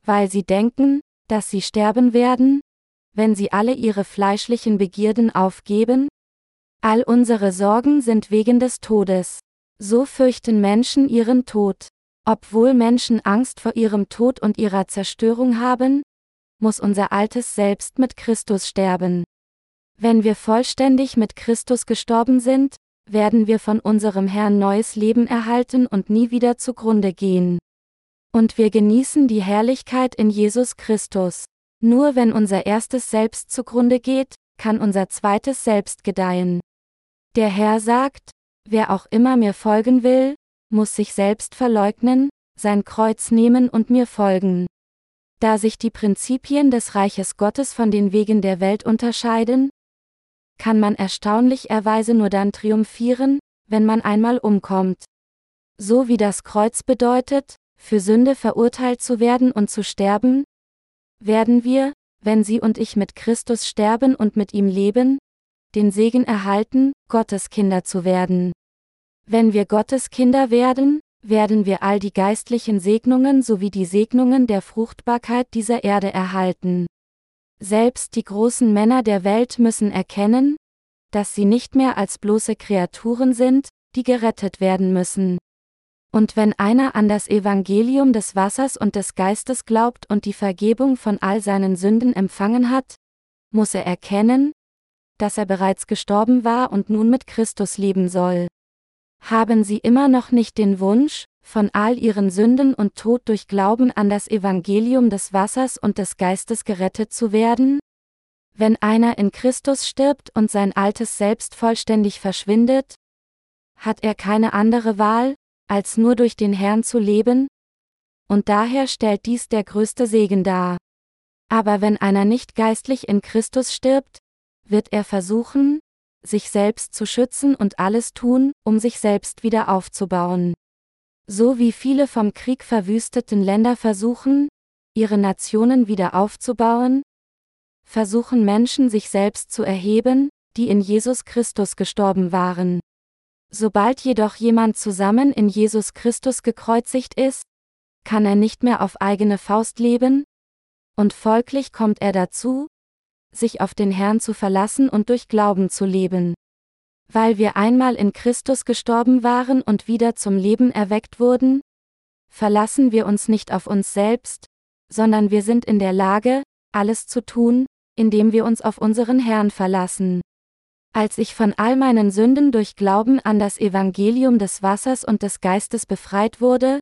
weil sie denken, dass sie sterben werden, wenn sie alle ihre fleischlichen Begierden aufgeben? All unsere Sorgen sind wegen des Todes. So fürchten Menschen ihren Tod. Obwohl Menschen Angst vor ihrem Tod und ihrer Zerstörung haben, muss unser altes Selbst mit Christus sterben. Wenn wir vollständig mit Christus gestorben sind, werden wir von unserem Herrn neues Leben erhalten und nie wieder zugrunde gehen. Und wir genießen die Herrlichkeit in Jesus Christus. Nur wenn unser erstes Selbst zugrunde geht, kann unser zweites Selbst gedeihen. Der Herr sagt, wer auch immer mir folgen will, muss sich selbst verleugnen, sein Kreuz nehmen und mir folgen. Da sich die Prinzipien des Reiches Gottes von den Wegen der Welt unterscheiden, kann man erstaunlicherweise nur dann triumphieren, wenn man einmal umkommt. So wie das Kreuz bedeutet, für Sünde verurteilt zu werden und zu sterben, werden wir, wenn Sie und ich mit Christus sterben und mit ihm leben, den Segen erhalten, Gottes Kinder zu werden. Wenn wir Gottes Kinder werden, werden wir all die geistlichen Segnungen sowie die Segnungen der Fruchtbarkeit dieser Erde erhalten. Selbst die großen Männer der Welt müssen erkennen, dass sie nicht mehr als bloße Kreaturen sind, die gerettet werden müssen. Und wenn einer an das Evangelium des Wassers und des Geistes glaubt und die Vergebung von all seinen Sünden empfangen hat, muss er erkennen, dass er bereits gestorben war und nun mit Christus leben soll. Haben Sie immer noch nicht den Wunsch, von all Ihren Sünden und Tod durch Glauben an das Evangelium des Wassers und des Geistes gerettet zu werden? Wenn einer in Christus stirbt und sein altes Selbst vollständig verschwindet, hat er keine andere Wahl, als nur durch den Herrn zu leben? Und daher stellt dies der größte Segen dar. Aber wenn einer nicht geistlich in Christus stirbt, wird er versuchen, sich selbst zu schützen und alles tun, um sich selbst wieder aufzubauen. So wie viele vom Krieg verwüsteten Länder versuchen, ihre Nationen wieder aufzubauen, versuchen Menschen sich selbst zu erheben, die in Jesus Christus gestorben waren. Sobald jedoch jemand zusammen in Jesus Christus gekreuzigt ist, kann er nicht mehr auf eigene Faust leben, und folglich kommt er dazu, sich auf den Herrn zu verlassen und durch Glauben zu leben. Weil wir einmal in Christus gestorben waren und wieder zum Leben erweckt wurden, verlassen wir uns nicht auf uns selbst, sondern wir sind in der Lage, alles zu tun, indem wir uns auf unseren Herrn verlassen. Als ich von all meinen Sünden durch Glauben an das Evangelium des Wassers und des Geistes befreit wurde,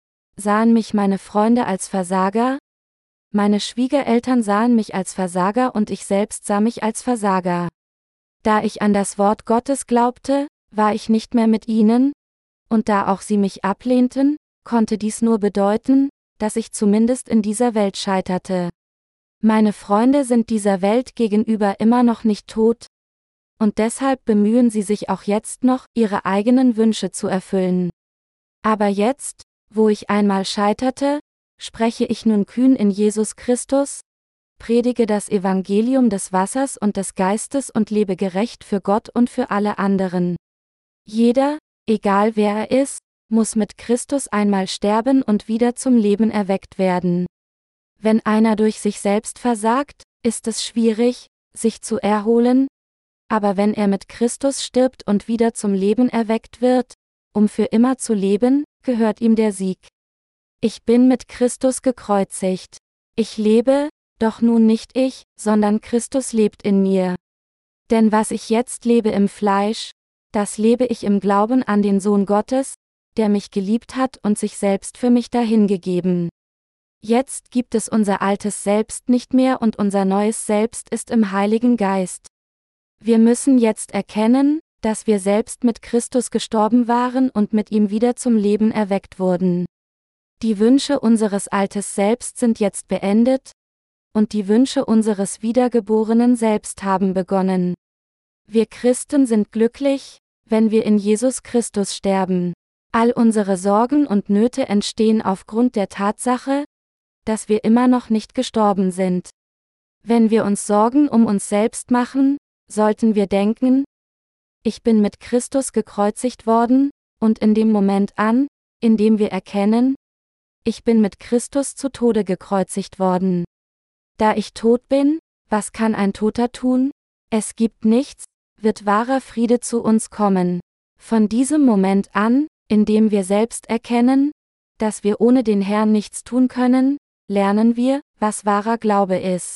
sahen mich meine Freunde als Versager, meine Schwiegereltern sahen mich als Versager und ich selbst sah mich als Versager. Da ich an das Wort Gottes glaubte, war ich nicht mehr mit ihnen, und da auch sie mich ablehnten, konnte dies nur bedeuten, dass ich zumindest in dieser Welt scheiterte. Meine Freunde sind dieser Welt gegenüber immer noch nicht tot, und deshalb bemühen sie sich auch jetzt noch, ihre eigenen Wünsche zu erfüllen. Aber jetzt, wo ich einmal scheiterte, spreche ich nun kühn in Jesus Christus, predige das Evangelium des Wassers und des Geistes und lebe gerecht für Gott und für alle anderen. Jeder, egal wer er ist, muss mit Christus einmal sterben und wieder zum Leben erweckt werden. Wenn einer durch sich selbst versagt, ist es schwierig, sich zu erholen, aber wenn er mit Christus stirbt und wieder zum Leben erweckt wird, um für immer zu leben, gehört ihm der Sieg. Ich bin mit Christus gekreuzigt. Ich lebe, doch nun nicht ich, sondern Christus lebt in mir. Denn was ich jetzt lebe im Fleisch, das lebe ich im Glauben an den Sohn Gottes, der mich geliebt hat und sich selbst für mich dahingegeben. Jetzt gibt es unser altes Selbst nicht mehr und unser neues Selbst ist im Heiligen Geist. Wir müssen jetzt erkennen, dass wir selbst mit Christus gestorben waren und mit ihm wieder zum Leben erweckt wurden. Die Wünsche unseres altes Selbst sind jetzt beendet, und die Wünsche unseres wiedergeborenen Selbst haben begonnen. Wir Christen sind glücklich, wenn wir in Jesus Christus sterben. All unsere Sorgen und Nöte entstehen aufgrund der Tatsache, dass wir immer noch nicht gestorben sind. Wenn wir uns Sorgen um uns selbst machen, sollten wir denken, ich bin mit Christus gekreuzigt worden, und in dem Moment an, in dem wir erkennen, Ich bin mit Christus zu Tode gekreuzigt worden. Da ich tot bin, was kann ein Toter tun? Es gibt nichts, wird wahrer Friede zu uns kommen. Von diesem Moment an, in dem wir selbst erkennen, dass wir ohne den Herrn nichts tun können, lernen wir, was wahrer Glaube ist.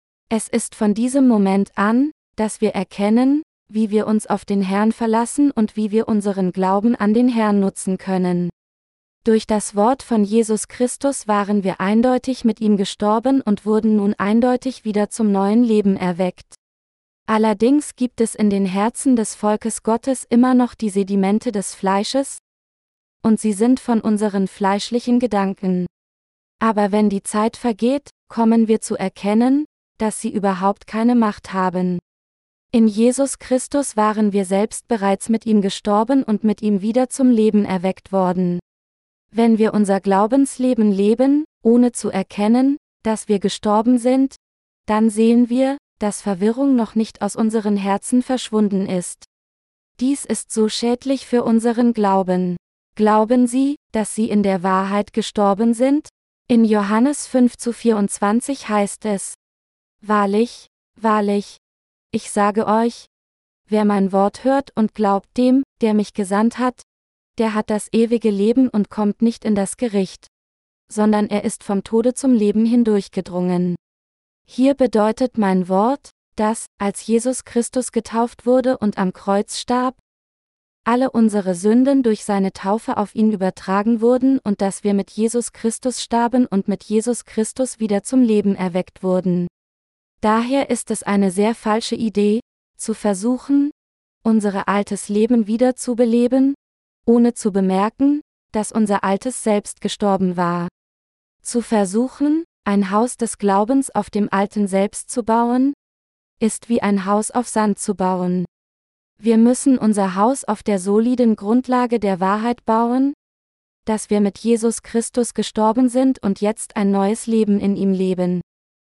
Es ist von diesem Moment an, dass wir erkennen, wie wir uns auf den Herrn verlassen und wie wir unseren Glauben an den Herrn nutzen können. Durch das Wort von Jesus Christus waren wir eindeutig mit ihm gestorben und wurden nun eindeutig wieder zum neuen Leben erweckt. Allerdings gibt es in den Herzen des Volkes Gottes immer noch die Sedimente des Fleisches, und sie sind von unseren fleischlichen Gedanken. Aber wenn die Zeit vergeht, kommen wir zu erkennen, dass sie überhaupt keine Macht haben. In Jesus Christus waren wir selbst bereits mit ihm gestorben und mit ihm wieder zum Leben erweckt worden. Wenn wir unser Glaubensleben leben, ohne zu erkennen, dass wir gestorben sind, dann sehen wir, dass Verwirrung noch nicht aus unseren Herzen verschwunden ist. Dies ist so schädlich für unseren Glauben. Glauben Sie, dass Sie in der Wahrheit gestorben sind? In Johannes 5:24 heißt es: Wahrlich, wahrlich, ich sage euch, wer mein Wort hört und glaubt dem, der mich gesandt hat, der hat das ewige Leben und kommt nicht in das Gericht, sondern er ist vom Tode zum Leben hindurchgedrungen. Hier bedeutet mein Wort, dass, als Jesus Christus getauft wurde und am Kreuz starb, alle unsere Sünden durch seine Taufe auf ihn übertragen wurden und dass wir mit Jesus Christus starben und mit Jesus Christus wieder zum Leben erweckt wurden. Daher ist es eine sehr falsche Idee, zu versuchen, unser altes Leben wieder zu beleben, ohne zu bemerken, dass unser altes Selbst gestorben war. Zu versuchen, ein Haus des Glaubens auf dem alten Selbst zu bauen, ist wie ein Haus auf Sand zu bauen. Wir müssen unser Haus auf der soliden Grundlage der Wahrheit bauen, dass wir mit Jesus Christus gestorben sind und jetzt ein neues Leben in ihm leben.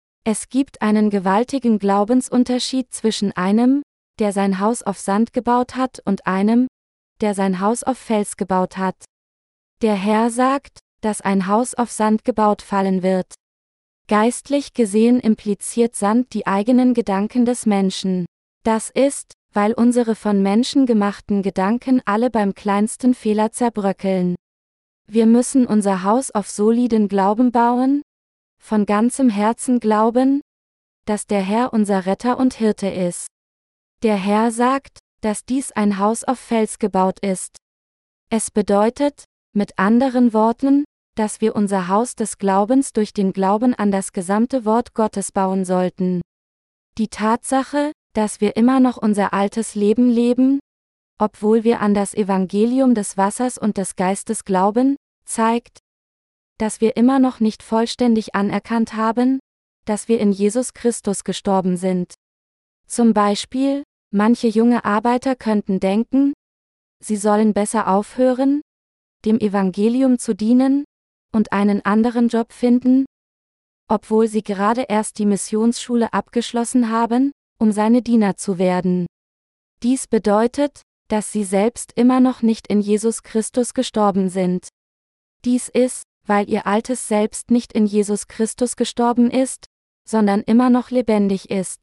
Es gibt einen gewaltigen Glaubensunterschied zwischen einem, der sein Haus auf Sand gebaut hat, und einem, der sein Haus auf Fels gebaut hat. Der Herr sagt, dass ein Haus auf Sand gebaut fallen wird. Geistlich gesehen impliziert Sand die eigenen Gedanken des Menschen. Das ist, weil unsere von Menschen gemachten Gedanken alle beim kleinsten Fehler zerbröckeln. Wir müssen unser Haus auf soliden Glauben bauen, von ganzem Herzen glauben, dass der Herr unser Retter und Hirte ist. Der Herr sagt, dass dies ein Haus auf Fels gebaut ist. Es bedeutet, mit anderen Worten, dass wir unser Haus des Glaubens durch den Glauben an das gesamte Wort Gottes bauen sollten. Die Tatsache, dass wir immer noch unser altes Leben leben, obwohl wir an das Evangelium des Wassers und des Geistes glauben, zeigt, dass wir immer noch nicht vollständig anerkannt haben, dass wir in Jesus Christus gestorben sind. Zum Beispiel, manche junge Arbeiter könnten denken, sie sollen besser aufhören, dem Evangelium zu dienen, und einen anderen Job finden, obwohl sie gerade erst die Missionsschule abgeschlossen haben, um seine Diener zu werden. Dies bedeutet, dass sie selbst immer noch nicht in Jesus Christus gestorben sind. Dies ist, weil ihr altes Selbst nicht in Jesus Christus gestorben ist, sondern immer noch lebendig ist.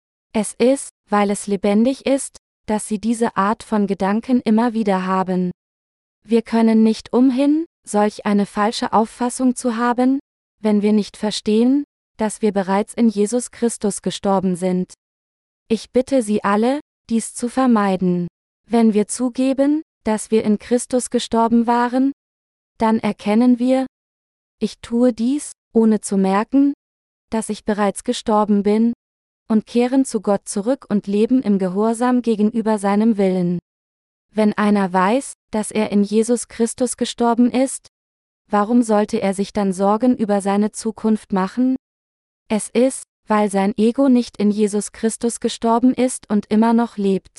Es ist, weil es lebendig ist, dass sie diese Art von Gedanken immer wieder haben. Wir können nicht umhin, solch eine falsche Auffassung zu haben, wenn wir nicht verstehen, dass wir bereits in Jesus Christus gestorben sind. Ich bitte Sie alle, dies zu vermeiden. Wenn wir zugeben, dass wir in Christus gestorben waren, dann erkennen wir, ich tue dies, ohne zu merken, dass ich bereits gestorben bin, und kehren zu Gott zurück und leben im Gehorsam gegenüber seinem Willen. Wenn einer weiß, dass er in Jesus Christus gestorben ist, warum sollte er sich dann Sorgen über seine Zukunft machen? Es ist, weil sein Ego nicht in Jesus Christus gestorben ist und immer noch lebt.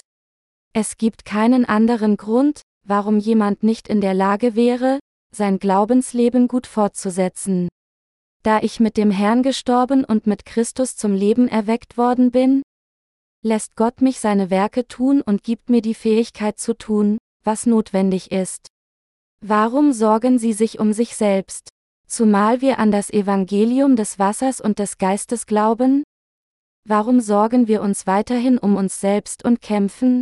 Es gibt keinen anderen Grund, warum jemand nicht in der Lage wäre, sein Glaubensleben gut fortzusetzen. Da ich mit dem Herrn gestorben und mit Christus zum Leben erweckt worden bin, lässt Gott mich seine Werke tun und gibt mir die Fähigkeit zu tun, was notwendig ist. Warum sorgen Sie sich um sich selbst? Zumal wir an das Evangelium des Wassers und des Geistes glauben? Warum sorgen wir uns weiterhin um uns selbst und kämpfen?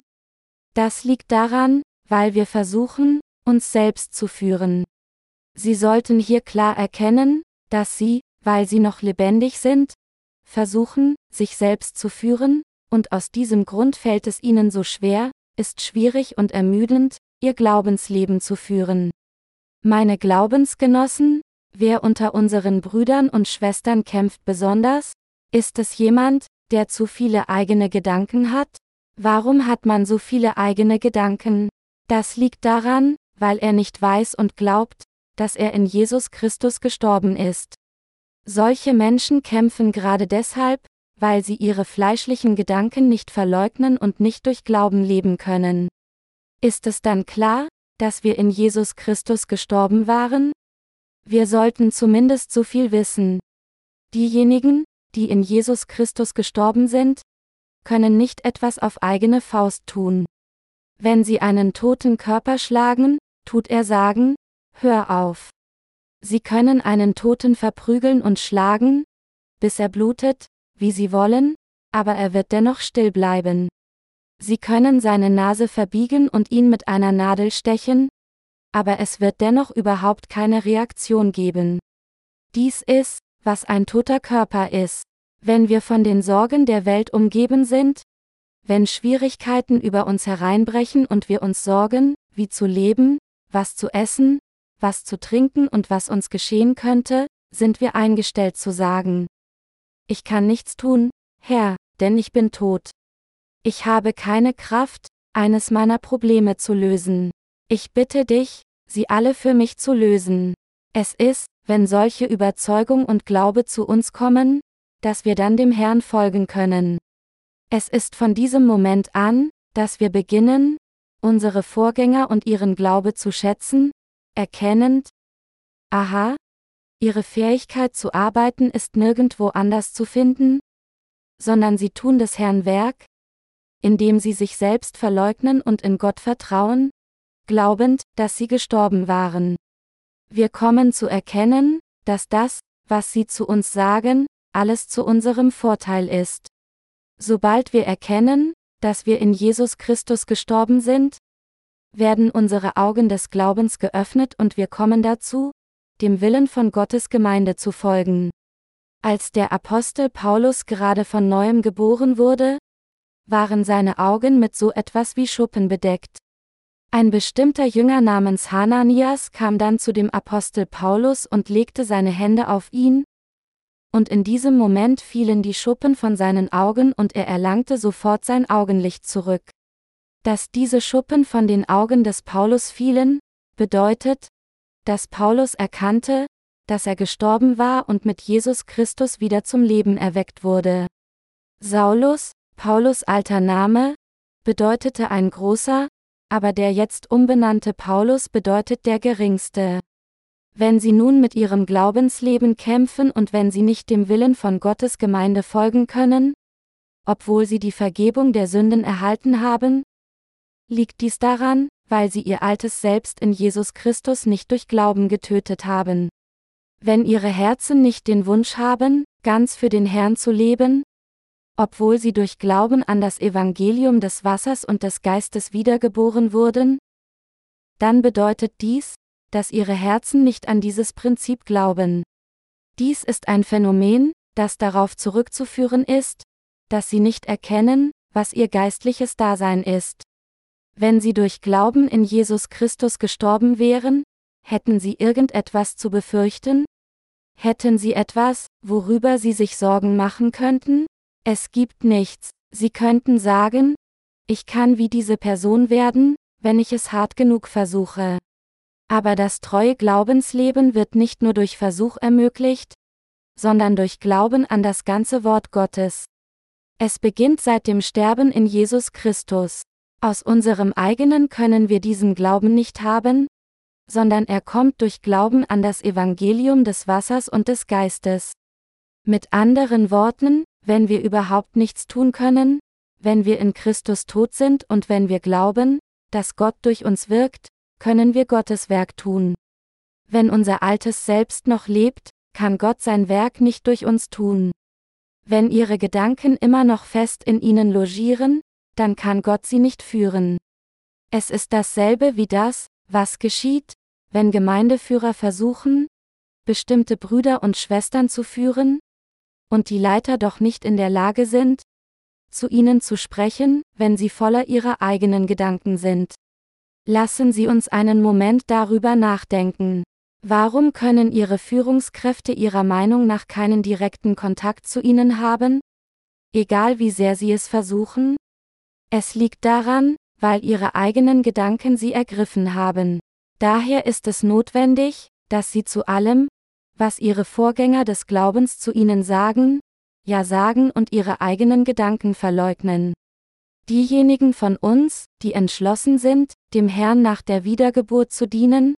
Das liegt daran, weil wir versuchen, uns selbst zu führen. Sie sollten hier klar erkennen, dass sie, weil sie noch lebendig sind, versuchen, sich selbst zu führen, und aus diesem Grund fällt es ihnen so schwer, ist schwierig und ermüdend, ihr Glaubensleben zu führen. Meine Glaubensgenossen, wer unter unseren Brüdern und Schwestern kämpft besonders? Ist es jemand, der zu viele eigene Gedanken hat? Warum hat man so viele eigene Gedanken? Das liegt daran, weil er nicht weiß und glaubt, dass er in Jesus Christus gestorben ist. Solche Menschen kämpfen gerade deshalb, weil sie ihre fleischlichen Gedanken nicht verleugnen und nicht durch Glauben leben können. Ist es dann klar, dass wir in Jesus Christus gestorben waren? Wir sollten zumindest so viel wissen. Diejenigen, die in Jesus Christus gestorben sind, können nicht etwas auf eigene Faust tun. Wenn sie einen toten Körper schlagen, tut er sagen, hör auf. Sie können einen Toten verprügeln und schlagen, bis er blutet, wie sie wollen, aber er wird dennoch still bleiben. Sie können seine Nase verbiegen und ihn mit einer Nadel stechen, aber es wird dennoch überhaupt keine Reaktion geben. Dies ist, was ein toter Körper ist. Wenn wir von den Sorgen der Welt umgeben sind, wenn Schwierigkeiten über uns hereinbrechen und wir uns sorgen, wie zu leben, was zu essen, was zu trinken und was uns geschehen könnte, sind wir eingestellt zu sagen: Ich kann nichts tun, Herr, denn ich bin tot. Ich habe keine Kraft, eines meiner Probleme zu lösen. Ich bitte dich, sie alle für mich zu lösen. Es ist, wenn solche Überzeugung und Glaube zu uns kommen, dass wir dann dem Herrn folgen können. Es ist von diesem Moment an, dass wir beginnen, unsere Vorgänger und ihren Glaube zu schätzen, erkennend: Aha, ihre Fähigkeit zu arbeiten ist nirgendwo anders zu finden, sondern sie tun des Herrn Werk, indem sie sich selbst verleugnen und in Gott vertrauen, glaubend, dass sie gestorben waren. Wir kommen zu erkennen, dass das, was sie zu uns sagen, alles zu unserem Vorteil ist. Sobald wir erkennen, dass wir in Jesus Christus gestorben sind, werden unsere Augen des Glaubens geöffnet und wir kommen dazu, dem Willen von Gottes Gemeinde zu folgen. Als der Apostel Paulus gerade von neuem geboren wurde, waren seine Augen mit so etwas wie Schuppen bedeckt. Ein bestimmter Jünger namens Hananias kam dann zu dem Apostel Paulus und legte seine Hände auf ihn, und in diesem Moment fielen die Schuppen von seinen Augen und er erlangte sofort sein Augenlicht zurück. Dass diese Schuppen von den Augen des Paulus fielen, bedeutet, dass Paulus erkannte, dass er gestorben war und mit Jesus Christus wieder zum Leben erweckt wurde. Saulus, Paulus' alter Name, bedeutete ein großer, aber der jetzt umbenannte Paulus bedeutet der geringste. Wenn sie nun mit ihrem Glaubensleben kämpfen und wenn sie nicht dem Willen von Gottes Gemeinde folgen können, obwohl sie die Vergebung der Sünden erhalten haben, liegt dies daran, weil sie ihr altes Selbst in Jesus Christus nicht durch Glauben getötet haben. Wenn ihre Herzen nicht den Wunsch haben, ganz für den Herrn zu leben, obwohl sie durch Glauben an das Evangelium des Wassers und des Geistes wiedergeboren wurden, dann bedeutet dies, dass ihre Herzen nicht an dieses Prinzip glauben. Dies ist ein Phänomen, das darauf zurückzuführen ist, dass sie nicht erkennen, was ihr geistliches Dasein ist. Wenn sie durch Glauben in Jesus Christus gestorben wären, hätten sie irgendetwas zu befürchten? Hätten sie etwas, worüber sie sich Sorgen machen könnten? Es gibt nichts. Sie könnten sagen: Ich kann wie diese Person werden, wenn ich es hart genug versuche. Aber das treue Glaubensleben wird nicht nur durch Versuch ermöglicht, sondern durch Glauben an das ganze Wort Gottes. Es beginnt seit dem Sterben in Jesus Christus. Aus unserem eigenen können wir diesen Glauben nicht haben, sondern er kommt durch Glauben an das Evangelium des Wassers und des Geistes. Mit anderen Worten, wenn wir überhaupt nichts tun können, wenn wir in Christus tot sind und wenn wir glauben, dass Gott durch uns wirkt, können wir Gottes Werk tun. Wenn unser altes Selbst noch lebt, kann Gott sein Werk nicht durch uns tun. Wenn Ihre Gedanken immer noch fest in Ihnen logieren, dann kann Gott sie nicht führen. Es ist dasselbe wie das, was geschieht, wenn Gemeindeführer versuchen, bestimmte Brüder und Schwestern zu führen, und die Leiter doch nicht in der Lage sind, zu ihnen zu sprechen, wenn sie voller ihrer eigenen Gedanken sind. Lassen Sie uns einen Moment darüber nachdenken. Warum können Ihre Führungskräfte Ihrer Meinung nach keinen direkten Kontakt zu Ihnen haben? Egal wie sehr Sie es versuchen? Es liegt daran, weil Ihre eigenen Gedanken Sie ergriffen haben. Daher ist es notwendig, dass Sie zu allem, was Ihre Vorgänger des Glaubens zu Ihnen sagen, ja sagen und Ihre eigenen Gedanken verleugnen. Diejenigen von uns, die entschlossen sind, dem Herrn nach der Wiedergeburt zu dienen,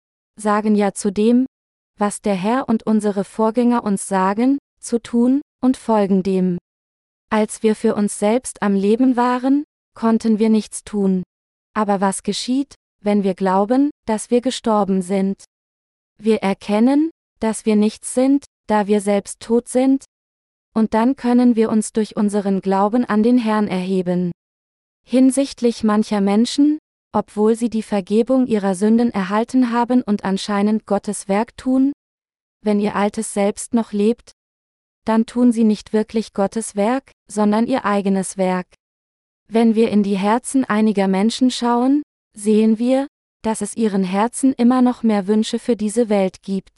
sagen ja zu dem, was der Herr und unsere Vorgänger uns sagen, zu tun, und folgen dem. Als wir für uns selbst am Leben waren, konnten wir nichts tun. Aber was geschieht, wenn wir glauben, dass wir gestorben sind? Wir erkennen, dass wir nichts sind, da wir selbst tot sind, und dann können wir uns durch unseren Glauben an den Herrn erheben. Hinsichtlich mancher Menschen, obwohl sie die Vergebung ihrer Sünden erhalten haben und anscheinend Gottes Werk tun, wenn ihr altes Selbst noch lebt, dann tun sie nicht wirklich Gottes Werk, sondern ihr eigenes Werk. Wenn wir in die Herzen einiger Menschen schauen, sehen wir, dass es ihren Herzen immer noch mehr Wünsche für diese Welt gibt.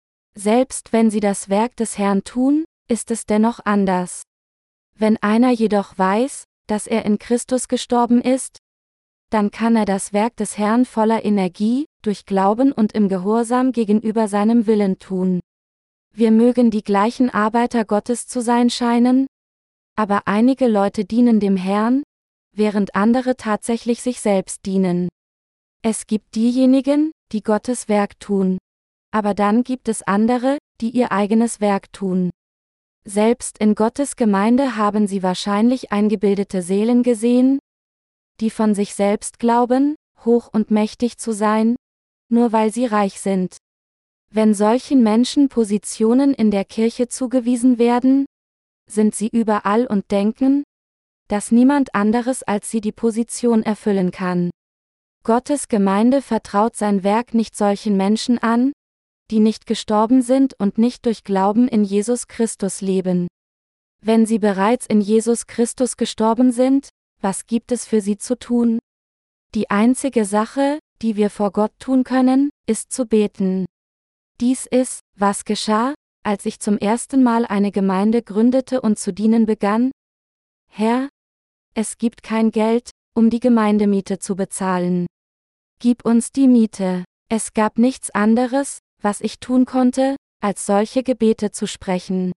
Selbst wenn sie das Werk des Herrn tun, ist es dennoch anders. Wenn einer jedoch weiß, dass er in Christus gestorben ist, dann kann er das Werk des Herrn voller Energie, durch Glauben und im Gehorsam gegenüber seinem Willen tun. Wir mögen die gleichen Arbeiter Gottes zu sein scheinen, aber einige Leute dienen dem Herrn, während andere tatsächlich sich selbst dienen. Es gibt diejenigen, die Gottes Werk tun. Aber dann gibt es andere, die ihr eigenes Werk tun. Selbst in Gottes Gemeinde haben Sie wahrscheinlich eingebildete Seelen gesehen, die von sich selbst glauben, hoch und mächtig zu sein, nur weil sie reich sind. Wenn solchen Menschen Positionen in der Kirche zugewiesen werden, sind sie überall und denken, dass niemand anderes als sie die Position erfüllen kann. Gottes Gemeinde vertraut sein Werk nicht solchen Menschen an, die nicht gestorben sind und nicht durch Glauben in Jesus Christus leben. Wenn sie bereits in Jesus Christus gestorben sind, was gibt es für sie zu tun? Die einzige Sache, die wir vor Gott tun können, ist zu beten. Dies ist, was geschah, als ich zum ersten Mal eine Gemeinde gründete und zu dienen begann. Herr, es gibt kein Geld, um die Gemeindemiete zu bezahlen. Gib uns die Miete. Es gab nichts anderes, was ich tun konnte, als solche Gebete zu sprechen.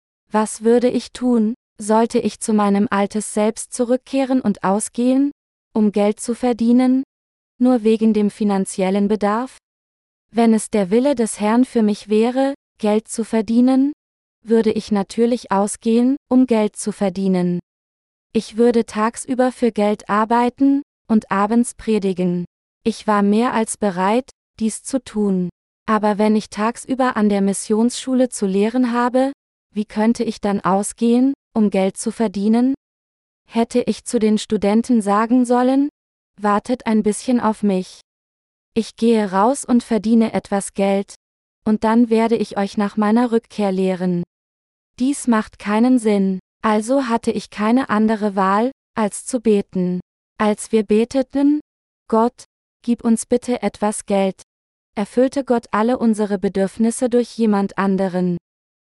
Was würde ich tun, sollte ich zu meinem altes Selbst zurückkehren und ausgehen, um Geld zu verdienen, nur wegen dem finanziellen Bedarf? Wenn es der Wille des Herrn für mich wäre, Geld zu verdienen, würde ich natürlich ausgehen, um Geld zu verdienen. Ich würde tagsüber für Geld arbeiten und abends predigen. Ich war mehr als bereit, dies zu tun. Aber wenn ich tagsüber an der Missionsschule zu lehren habe, wie könnte ich dann ausgehen, um Geld zu verdienen? Hätte ich zu den Studenten sagen sollen, wartet ein bisschen auf mich. Ich gehe raus und verdiene etwas Geld, und dann werde ich euch nach meiner Rückkehr lehren. Dies macht keinen Sinn, also hatte ich keine andere Wahl, als zu beten. Als wir beteten, Gott, gib uns bitte etwas Geld, erfüllte Gott alle unsere Bedürfnisse durch jemand anderen.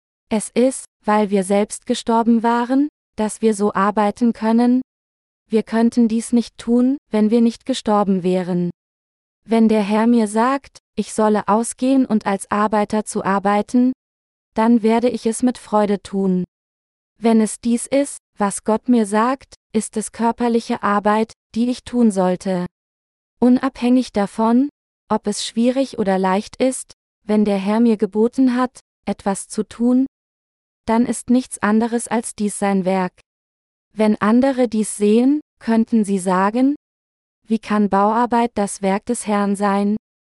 Es ist, weil wir selbst gestorben waren, dass wir so arbeiten können. Wir könnten dies nicht tun, wenn wir nicht gestorben wären. Wenn der Herr mir sagt, ich solle ausgehen und als Arbeiter zu arbeiten, dann werde ich es mit Freude tun. Wenn es dies ist, was Gott mir sagt, ist es körperliche Arbeit, die ich tun sollte. Unabhängig davon, ob es schwierig oder leicht ist, wenn der Herr mir geboten hat, etwas zu tun, dann ist nichts anderes als dies sein Werk. Wenn andere dies sehen, könnten sie sagen, wie kann Bauarbeit das Werk des Herrn sein?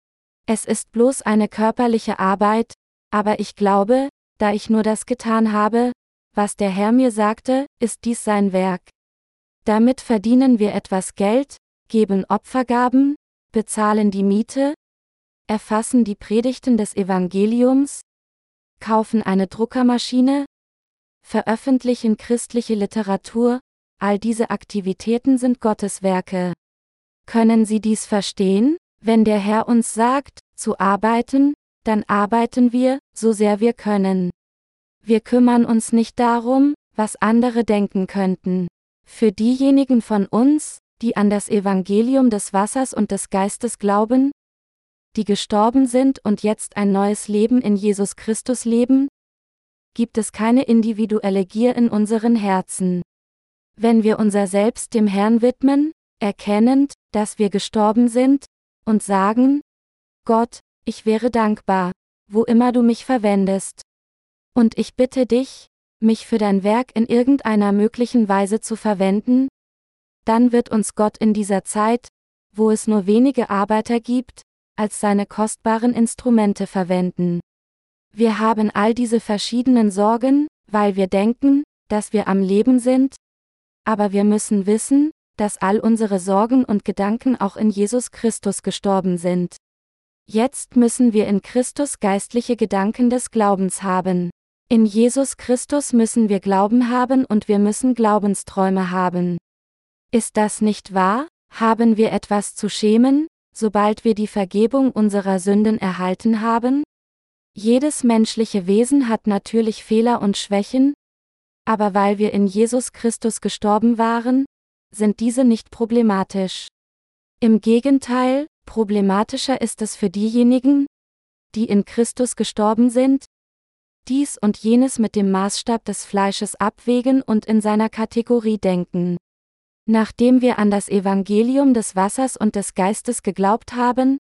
Es ist bloß eine körperliche Arbeit, aber ich glaube, da ich nur das getan habe, was der Herr mir sagte, ist dies sein Werk. Damit verdienen wir etwas Geld, geben Opfergaben, bezahlen die Miete, erfassen die Predigten des Evangeliums, kaufen eine Druckermaschine, veröffentlichen christliche Literatur, all diese Aktivitäten sind Gottes Werke. Können Sie dies verstehen? Wenn der Herr uns sagt, zu arbeiten, dann arbeiten wir, so sehr wir können. Wir kümmern uns nicht darum, was andere denken könnten. Für diejenigen von uns, die an das Evangelium des Wassers und des Geistes glauben, die gestorben sind und jetzt ein neues Leben in Jesus Christus leben, gibt es keine individuelle Gier in unseren Herzen. Wenn wir unser Selbst dem Herrn widmen, erkennend, dass wir gestorben sind, und sagen, Gott, ich wäre dankbar, wo immer du mich verwendest. Und ich bitte dich, mich für dein Werk in irgendeiner möglichen Weise zu verwenden, dann wird uns Gott in dieser Zeit, wo es nur wenige Arbeiter gibt, als seine kostbaren Instrumente verwenden. Wir haben all diese verschiedenen Sorgen, weil wir denken, dass wir am Leben sind, aber wir müssen wissen, dass all unsere Sorgen und Gedanken auch in Jesus Christus gestorben sind. Jetzt müssen wir in Christus geistliche Gedanken des Glaubens haben. In Jesus Christus müssen wir Glauben haben und wir müssen Glaubensträume haben. Ist das nicht wahr? Haben wir etwas zu schämen, sobald wir die Vergebung unserer Sünden erhalten haben? Jedes menschliche Wesen hat natürlich Fehler und Schwächen, aber weil wir in Jesus Christus gestorben waren, sind diese nicht problematisch. Im Gegenteil, problematischer ist es für diejenigen, die in Christus gestorben sind, dies und jenes mit dem Maßstab des Fleisches abwägen und in seiner Kategorie denken. Nachdem wir an das Evangelium des Wassers und des Geistes geglaubt haben,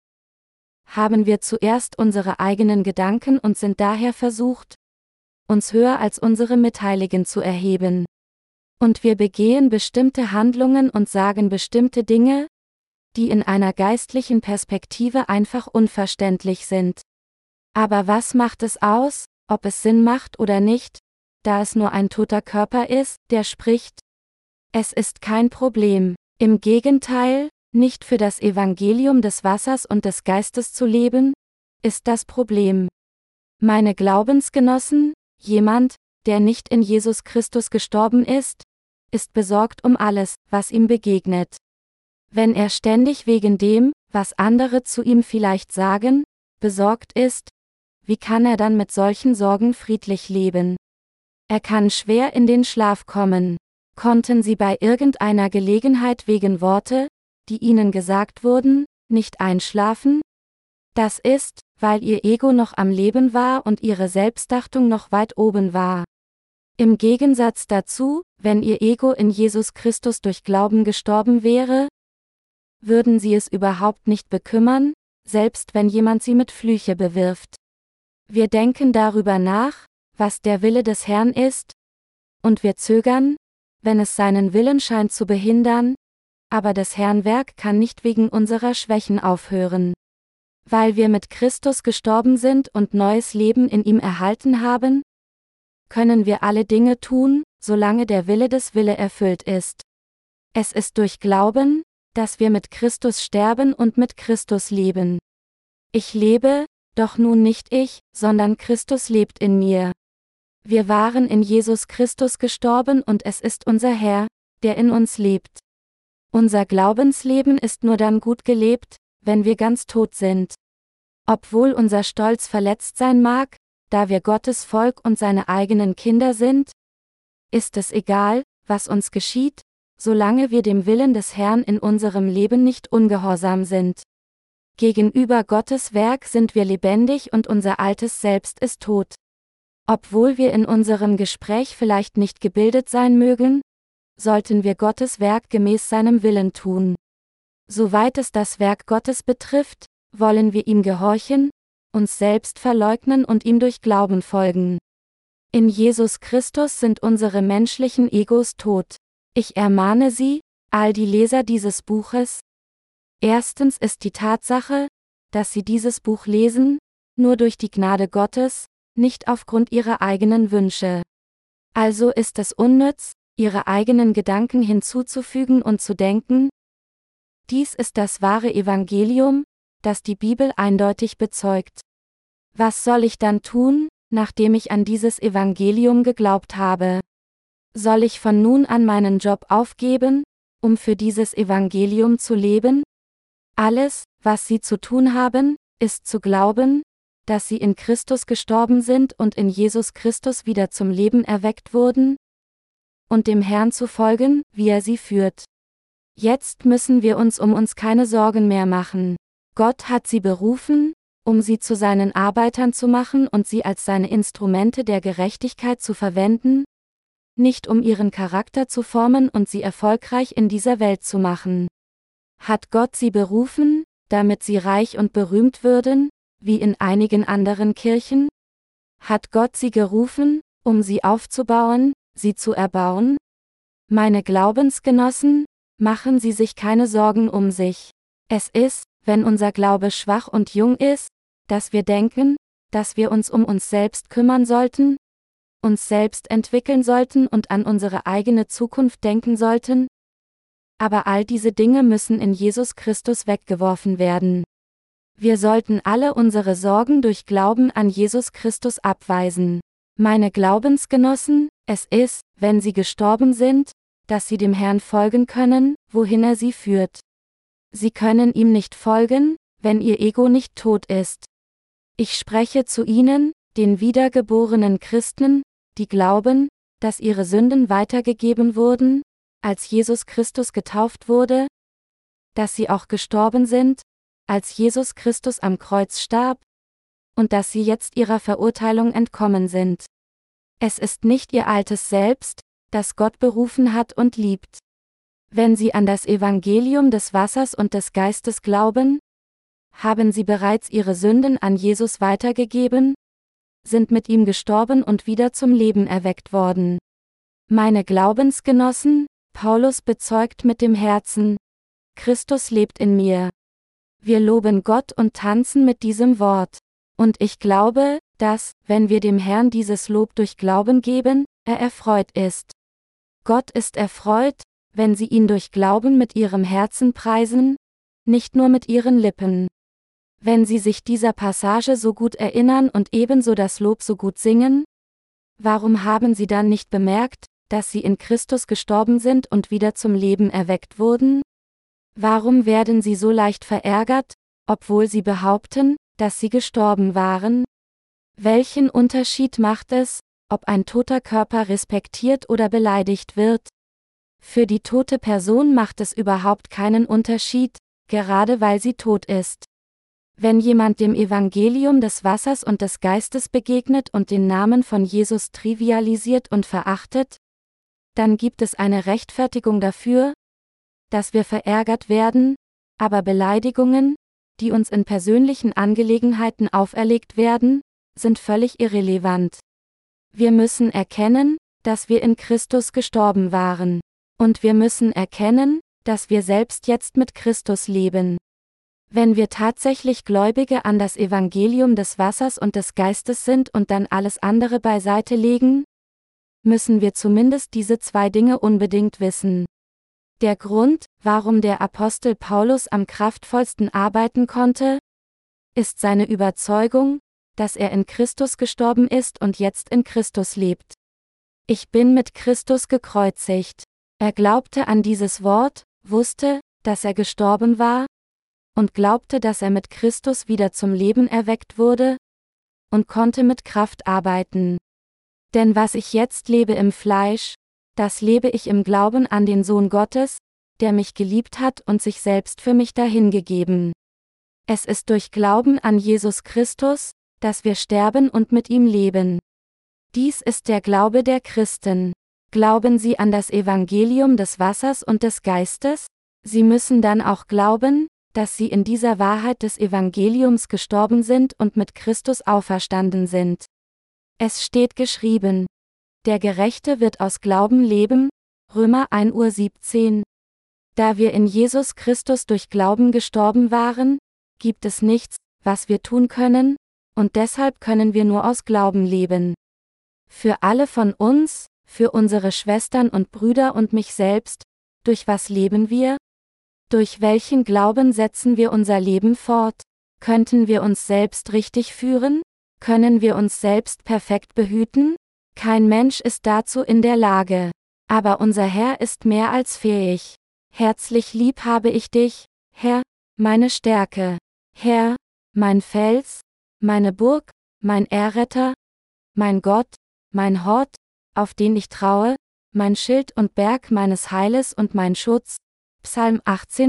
haben wir zuerst unsere eigenen Gedanken und sind daher versucht, uns höher als unsere Mitheiligen zu erheben. Und wir begehen bestimmte Handlungen und sagen bestimmte Dinge, die in einer geistlichen Perspektive einfach unverständlich sind. Aber was macht es aus, ob es Sinn macht oder nicht, da es nur ein toter Körper ist, der spricht? Es ist kein Problem. Im Gegenteil, nicht für das Evangelium des Wassers und des Geistes zu leben, ist das Problem. Meine Glaubensgenossen, jemand, der nicht in Jesus Christus gestorben ist besorgt um alles, was ihm begegnet. Wenn er ständig wegen dem, was andere zu ihm vielleicht sagen, besorgt ist, wie kann er dann mit solchen Sorgen friedlich leben? Er kann schwer in den Schlaf kommen. Konnten Sie bei irgendeiner Gelegenheit wegen Worte, die Ihnen gesagt wurden, nicht einschlafen? Das ist, weil Ihr Ego noch am Leben war und Ihre Selbstachtung noch weit oben war. Im Gegensatz dazu, wenn Ihr Ego in Jesus Christus durch Glauben gestorben wäre, würden Sie es überhaupt nicht bekümmern, selbst wenn jemand Sie mit Flüche bewirft. Wir denken darüber nach, was der Wille des Herrn ist, und wir zögern, wenn es seinen Willen scheint zu behindern, aber des Herrn Werk kann nicht wegen unserer Schwächen aufhören. Weil wir mit Christus gestorben sind und neues Leben in ihm erhalten haben, können wir alle Dinge tun, solange der Wille des Wille erfüllt ist. Es ist durch Glauben, dass wir mit Christus sterben und mit Christus leben. Ich lebe, doch nun nicht ich, sondern Christus lebt in mir. Wir waren in Jesus Christus gestorben und es ist unser Herr, der in uns lebt. Unser Glaubensleben ist nur dann gut gelebt, wenn wir ganz tot sind. Obwohl unser Stolz verletzt sein mag, da wir Gottes Volk und seine eigenen Kinder sind, ist es egal, was uns geschieht, solange wir dem Willen des Herrn in unserem Leben nicht ungehorsam sind. Gegenüber Gottes Werk sind wir lebendig und unser altes Selbst ist tot. Obwohl wir in unserem Gespräch vielleicht nicht gebildet sein mögen, sollten wir Gottes Werk gemäß seinem Willen tun. Soweit es das Werk Gottes betrifft, wollen wir ihm gehorchen, uns selbst verleugnen und ihm durch Glauben folgen. In Jesus Christus sind unsere menschlichen Egos tot. Ich ermahne Sie, all die Leser dieses Buches. Erstens ist die Tatsache, dass sie dieses Buch lesen, nur durch die Gnade Gottes, nicht aufgrund ihrer eigenen Wünsche. Also ist es unnütz, ihre eigenen Gedanken hinzuzufügen und zu denken, dies ist das wahre Evangelium, das die Bibel eindeutig bezeugt. Was soll ich dann tun, nachdem ich an dieses Evangelium geglaubt habe? Soll ich von nun an meinen Job aufgeben, um für dieses Evangelium zu leben? Alles, was Sie zu tun haben, ist zu glauben, dass Sie in Christus gestorben sind und in Jesus Christus wieder zum Leben erweckt wurden, und dem Herrn zu folgen, wie er Sie führt. Jetzt müssen wir uns um uns keine Sorgen mehr machen. Gott hat Sie berufen, um Sie zu seinen Arbeitern zu machen und Sie als seine Instrumente der Gerechtigkeit zu verwenden, nicht um Ihren Charakter zu formen und Sie erfolgreich in dieser Welt zu machen. Hat Gott Sie berufen, damit Sie reich und berühmt würden, wie in einigen anderen Kirchen? Hat Gott Sie gerufen, um Sie aufzubauen, Sie zu erbauen? Meine Glaubensgenossen, machen Sie sich keine Sorgen um sich. Es ist, wenn unser Glaube schwach und jung ist, dass wir denken, dass wir uns um uns selbst kümmern sollten, uns selbst entwickeln sollten und an unsere eigene Zukunft denken sollten. Aber all diese Dinge müssen in Jesus Christus weggeworfen werden. Wir sollten alle unsere Sorgen durch Glauben an Jesus Christus abweisen. Meine Glaubensgenossen, es ist, wenn sie gestorben sind, dass sie dem Herrn folgen können, wohin er sie führt. Sie können ihm nicht folgen, wenn ihr Ego nicht tot ist. Ich spreche zu ihnen, den wiedergeborenen Christen, die glauben, dass ihre Sünden weitergegeben wurden, als Jesus Christus getauft wurde, dass sie auch gestorben sind, als Jesus Christus am Kreuz starb, und dass sie jetzt ihrer Verurteilung entkommen sind. Es ist nicht ihr altes Selbst, das Gott berufen hat und liebt. Wenn sie an das Evangelium des Wassers und des Geistes glauben, haben sie bereits ihre Sünden an Jesus weitergegeben, sind mit ihm gestorben und wieder zum Leben erweckt worden. Meine Glaubensgenossen, Paulus bezeugt mit dem Herzen, Christus lebt in mir. Wir loben Gott und tanzen mit diesem Wort. Und ich glaube, dass, wenn wir dem Herrn dieses Lob durch Glauben geben, er erfreut ist. Gott ist erfreut, wenn sie ihn durch Glauben mit ihrem Herzen preisen, nicht nur mit ihren Lippen. Wenn sie sich dieser Passage so gut erinnern und ebenso das Lob so gut singen, warum haben sie dann nicht bemerkt, dass sie in Christus gestorben sind und wieder zum Leben erweckt wurden? Warum werden sie so leicht verärgert, obwohl sie behaupten, dass sie gestorben waren? Welchen Unterschied macht es, ob ein toter Körper respektiert oder beleidigt wird? Für die tote Person macht es überhaupt keinen Unterschied, gerade weil sie tot ist. Wenn jemand dem Evangelium des Wassers und des Geistes begegnet und den Namen von Jesus trivialisiert und verachtet, dann gibt es eine Rechtfertigung dafür, dass wir verärgert werden, aber Beleidigungen, die uns in persönlichen Angelegenheiten auferlegt werden, sind völlig irrelevant. Wir müssen erkennen, dass wir in Christus gestorben waren. Und wir müssen erkennen, dass wir selbst jetzt mit Christus leben. Wenn wir tatsächlich Gläubige an das Evangelium des Wassers und des Geistes sind und dann alles andere beiseite legen, müssen wir zumindest diese zwei Dinge unbedingt wissen. Der Grund, warum der Apostel Paulus am kraftvollsten arbeiten konnte, ist seine Überzeugung, dass er in Christus gestorben ist und jetzt in Christus lebt. Ich bin mit Christus gekreuzigt. Er glaubte an dieses Wort, wusste, dass er gestorben war, und glaubte, dass er mit Christus wieder zum Leben erweckt wurde, und konnte mit Kraft arbeiten. Denn was ich jetzt lebe im Fleisch, das lebe ich im Glauben an den Sohn Gottes, der mich geliebt hat und sich selbst für mich dahingegeben. Es ist durch Glauben an Jesus Christus, dass wir sterben und mit ihm leben. Dies ist der Glaube der Christen. Glauben sie an das Evangelium des Wassers und des Geistes? Sie müssen dann auch glauben, dass sie in dieser Wahrheit des Evangeliums gestorben sind und mit Christus auferstanden sind. Es steht geschrieben: Der Gerechte wird aus Glauben leben, Römer 1:17. Da wir in Jesus Christus durch Glauben gestorben waren, gibt es nichts, was wir tun können, und deshalb können wir nur aus Glauben leben. Für alle von uns, für unsere Schwestern und Brüder und mich selbst, durch was leben wir? Durch welchen Glauben setzen wir unser Leben fort? Könnten wir uns selbst richtig führen? Können wir uns selbst perfekt behüten? Kein Mensch ist dazu in der Lage. Aber unser Herr ist mehr als fähig. Herzlich lieb habe ich dich, Herr, meine Stärke. Herr, mein Fels, meine Burg, mein Erretter, mein Gott, mein Hort, auf den ich traue, mein Schild und Berg meines Heiles und mein Schutz. Psalm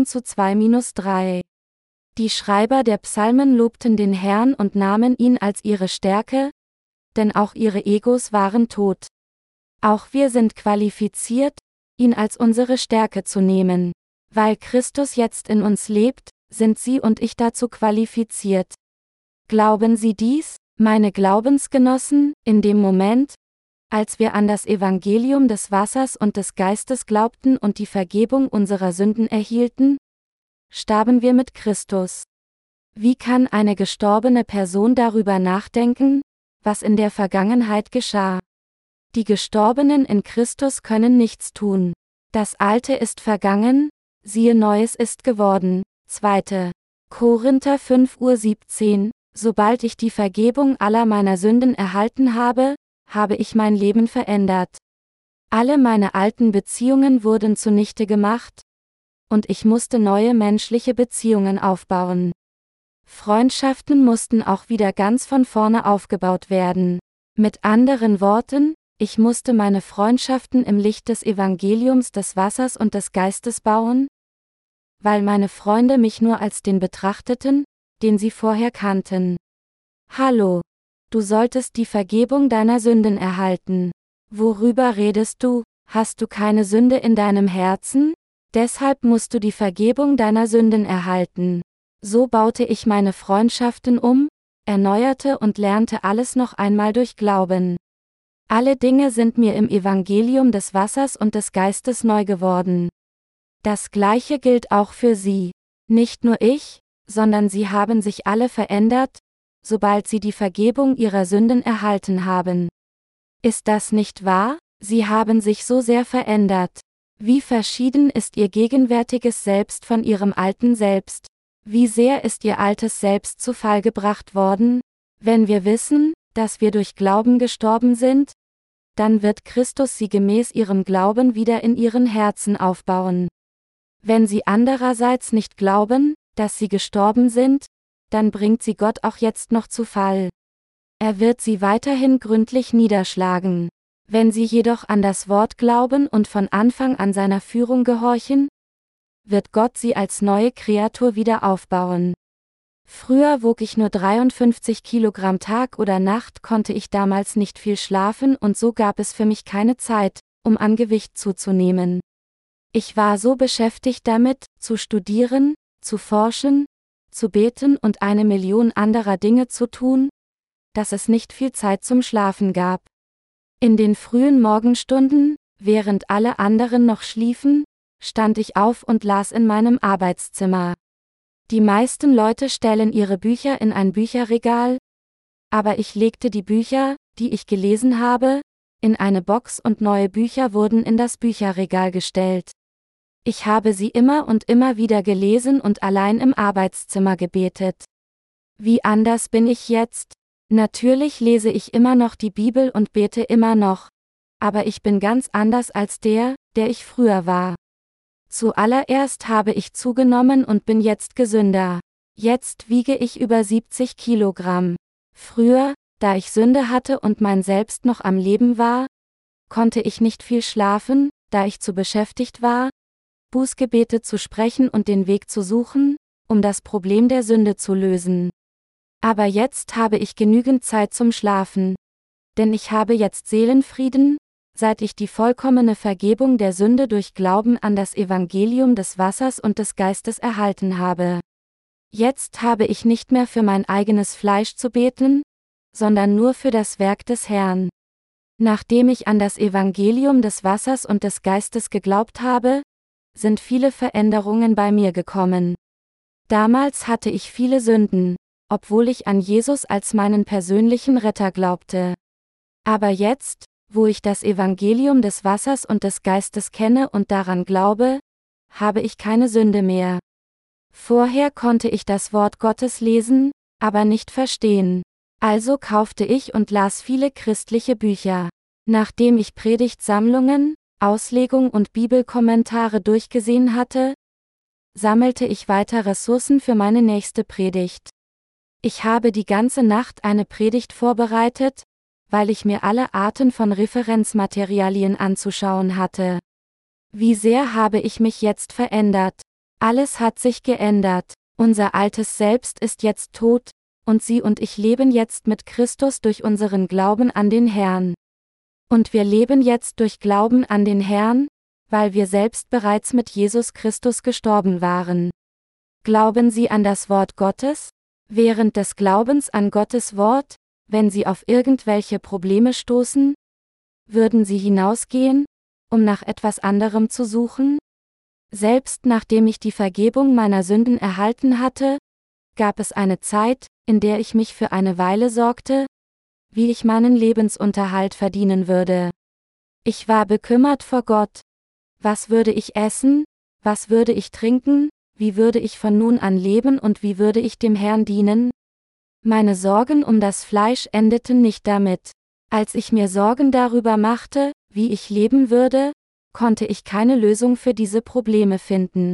18:2-3. Die Schreiber der Psalmen lobten den Herrn und nahmen ihn als ihre Stärke, denn auch ihre Egos waren tot. Auch wir sind qualifiziert, ihn als unsere Stärke zu nehmen. Weil Christus jetzt in uns lebt, sind Sie und ich dazu qualifiziert. Glauben Sie dies, meine Glaubensgenossen, in dem Moment, als wir an das Evangelium des Wassers und des Geistes glaubten und die Vergebung unserer Sünden erhielten? Starben wir mit Christus. Wie kann eine gestorbene Person darüber nachdenken, was in der Vergangenheit geschah? Die Gestorbenen in Christus können nichts tun. Das Alte ist vergangen, siehe Neues ist geworden. 2. Korinther 5:17. Sobald ich die Vergebung aller meiner Sünden erhalten habe, habe ich mein Leben verändert. Alle meine alten Beziehungen wurden zunichte gemacht, und ich musste neue menschliche Beziehungen aufbauen. Freundschaften mussten auch wieder ganz von vorne aufgebaut werden. Mit anderen Worten, ich musste meine Freundschaften im Licht des Evangeliums des Wassers und des Geistes bauen, weil meine Freunde mich nur als den betrachteten, den sie vorher kannten. Hallo, du solltest die Vergebung deiner Sünden erhalten. Worüber redest du? Hast du keine Sünde in deinem Herzen? Deshalb musst du die Vergebung deiner Sünden erhalten. So baute ich meine Freundschaften um, erneuerte und lernte alles noch einmal durch Glauben. Alle Dinge sind mir im Evangelium des Wassers und des Geistes neu geworden. Das Gleiche gilt auch für Sie. Nicht nur ich, sondern sie haben sich alle verändert, sobald sie die Vergebung ihrer Sünden erhalten haben. Ist das nicht wahr? Sie haben sich so sehr verändert. Wie verschieden ist ihr gegenwärtiges Selbst von ihrem alten Selbst? Wie sehr ist ihr altes Selbst zu Fall gebracht worden? Wenn wir wissen, dass wir durch Glauben gestorben sind, dann wird Christus sie gemäß ihrem Glauben wieder in ihren Herzen aufbauen. Wenn sie andererseits nicht glauben, dass sie gestorben sind, dann bringt sie Gott auch jetzt noch zu Fall. Er wird sie weiterhin gründlich niederschlagen. Wenn sie jedoch an das Wort glauben und von Anfang an seiner Führung gehorchen, wird Gott sie als neue Kreatur wieder aufbauen. Früher wog ich nur 53 Kilogramm Tag oder Nacht, konnte ich damals nicht viel schlafen und so gab es für mich keine Zeit, um an Gewicht zuzunehmen. Ich war so beschäftigt damit, zu studieren, zu forschen, zu beten und 1 Million anderer Dinge zu tun, dass es nicht viel Zeit zum Schlafen gab. In den frühen Morgenstunden, während alle anderen noch schliefen, stand ich auf und las in meinem Arbeitszimmer. Die meisten Leute stellen ihre Bücher in ein Bücherregal, aber ich legte die Bücher, die ich gelesen habe, in eine Box und neue Bücher wurden in das Bücherregal gestellt. Ich habe sie immer und immer wieder gelesen und allein im Arbeitszimmer gebetet. Wie anders bin ich jetzt? Natürlich lese ich immer noch die Bibel und bete immer noch, aber ich bin ganz anders als der ich früher war. Zuallererst habe ich zugenommen und bin jetzt gesünder. Jetzt wiege ich über 70 Kilogramm. Früher, da ich Sünde hatte und mein Selbst noch am Leben war, konnte ich nicht viel schlafen, da ich zu beschäftigt war, Bußgebete zu sprechen und den Weg zu suchen, um das Problem der Sünde zu lösen. Aber jetzt habe ich genügend Zeit zum Schlafen. Denn ich habe jetzt Seelenfrieden, seit ich die vollkommene Vergebung der Sünde durch Glauben an das Evangelium des Wassers und des Geistes erhalten habe. Jetzt habe ich nicht mehr für mein eigenes Fleisch zu beten, sondern nur für das Werk des Herrn. Nachdem ich an das Evangelium des Wassers und des Geistes geglaubt habe, sind viele Veränderungen bei mir gekommen. Damals hatte ich viele Sünden, obwohl ich an Jesus als meinen persönlichen Retter glaubte. Aber jetzt, wo ich das Evangelium des Wassers und des Geistes kenne und daran glaube, habe ich keine Sünde mehr. Vorher konnte ich das Wort Gottes lesen, aber nicht verstehen. Also kaufte ich und las viele christliche Bücher. Nachdem ich Predigtsammlungen, Auslegung und Bibelkommentare durchgesehen hatte, sammelte ich weiter Ressourcen für meine nächste Predigt. Ich habe die ganze Nacht eine Predigt vorbereitet, weil ich mir alle Arten von Referenzmaterialien anzuschauen hatte. Wie sehr habe ich mich jetzt verändert? Alles hat sich geändert. Unser altes Selbst ist jetzt tot, und Sie und ich leben jetzt mit Christus durch unseren Glauben an den Herrn. Und wir leben jetzt durch Glauben an den Herrn, weil wir selbst bereits mit Jesus Christus gestorben waren. Glauben Sie an das Wort Gottes? Während des Glaubens an Gottes Wort, wenn Sie auf irgendwelche Probleme stoßen, würden Sie hinausgehen, um nach etwas anderem zu suchen? Selbst nachdem ich die Vergebung meiner Sünden erhalten hatte, gab es eine Zeit, in der ich mich für eine Weile sorgte, wie ich meinen Lebensunterhalt verdienen würde. Ich war bekümmert vor Gott. Was würde ich essen? Was würde ich trinken? Wie würde ich von nun an leben und wie würde ich dem Herrn dienen? Meine Sorgen um das Fleisch endeten nicht damit. Als ich mir Sorgen darüber machte, wie ich leben würde, konnte ich keine Lösung für diese Probleme finden.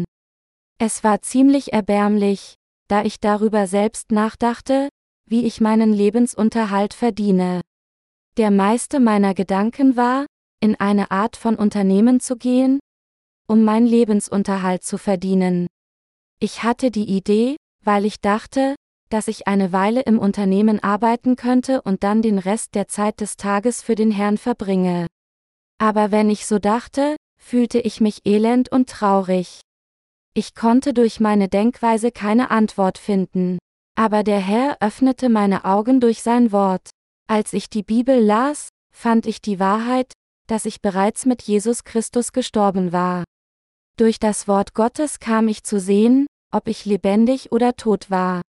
Es war ziemlich erbärmlich, da ich darüber selbst nachdachte, wie ich meinen Lebensunterhalt verdiene. Der meiste meiner Gedanken war, in eine Art von Unternehmen zu gehen, um meinen Lebensunterhalt zu verdienen. Ich hatte die Idee, weil ich dachte, dass ich eine Weile im Unternehmen arbeiten könnte und dann den Rest der Zeit des Tages für den Herrn verbringe. Aber wenn ich so dachte, fühlte ich mich elend und traurig. Ich konnte durch meine Denkweise keine Antwort finden. Aber der Herr öffnete meine Augen durch sein Wort. Als ich die Bibel las, fand ich die Wahrheit, dass ich bereits mit Jesus Christus gestorben war. Durch das Wort Gottes kam ich zu sehen, ob ich lebendig oder tot war.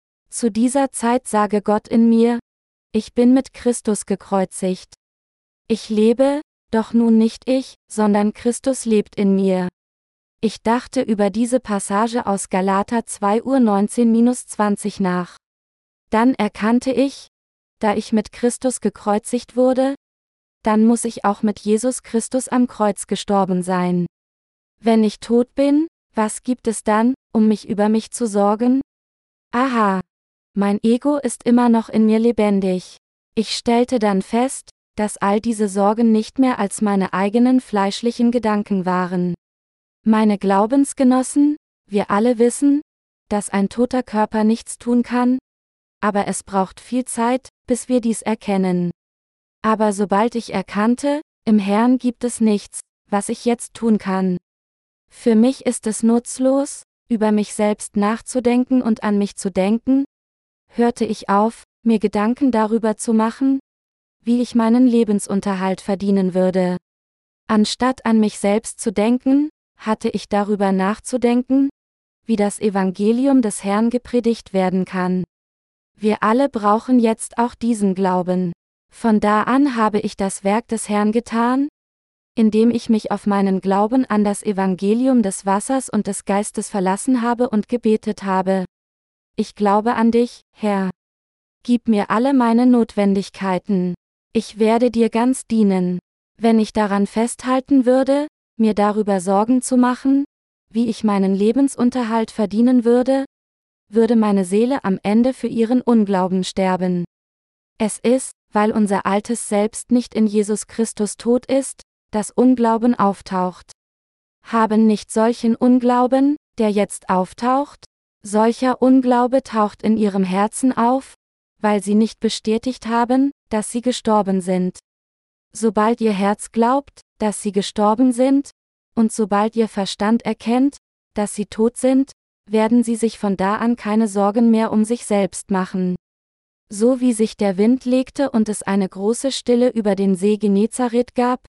Zu dieser Zeit sage Gott in mir, ich bin mit Christus gekreuzigt. Ich lebe, doch nun nicht ich, sondern Christus lebt in mir. Ich dachte über diese Passage aus Galater 2:19-20 nach. Dann erkannte ich, da ich mit Christus gekreuzigt wurde, dann muss ich auch mit Jesus Christus am Kreuz gestorben sein. Wenn ich tot bin, was gibt es dann, um mich über mich zu sorgen? Aha! Mein Ego ist immer noch in mir lebendig. Ich stellte dann fest, dass all diese Sorgen nicht mehr als meine eigenen fleischlichen Gedanken waren. Meine Glaubensgenossen, wir alle wissen, dass ein toter Körper nichts tun kann, aber es braucht viel Zeit, bis wir dies erkennen. Aber sobald ich erkannte, im Herrn gibt es nichts, was ich jetzt tun kann. Für mich ist es nutzlos, über mich selbst nachzudenken und an mich zu denken, hörte ich auf, mir Gedanken darüber zu machen, wie ich meinen Lebensunterhalt verdienen würde. Anstatt an mich selbst zu denken, hatte ich darüber nachzudenken, wie das Evangelium des Herrn gepredigt werden kann. Wir alle brauchen jetzt auch diesen Glauben. Von da an habe ich das Werk des Herrn getan, indem ich mich auf meinen Glauben an das Evangelium des Wassers und des Geistes verlassen habe und gebetet habe. Ich glaube an dich, Herr. Gib mir alle meine Notwendigkeiten. Ich werde dir ganz dienen. Wenn ich daran festhalten würde, mir darüber Sorgen zu machen, wie ich meinen Lebensunterhalt verdienen würde, würde meine Seele am Ende für ihren Unglauben sterben. Es ist, weil unser altes Selbst nicht in Jesus Christus tot ist, dass Unglauben auftaucht. Haben nicht solchen Unglauben, der jetzt auftaucht? Solcher Unglaube taucht in ihrem Herzen auf, weil sie nicht bestätigt haben, dass sie gestorben sind. Sobald ihr Herz glaubt, dass sie gestorben sind, und sobald ihr Verstand erkennt, dass sie tot sind, werden sie sich von da an keine Sorgen mehr um sich selbst machen. So wie sich der Wind legte und es eine große Stille über den See Genezareth gab,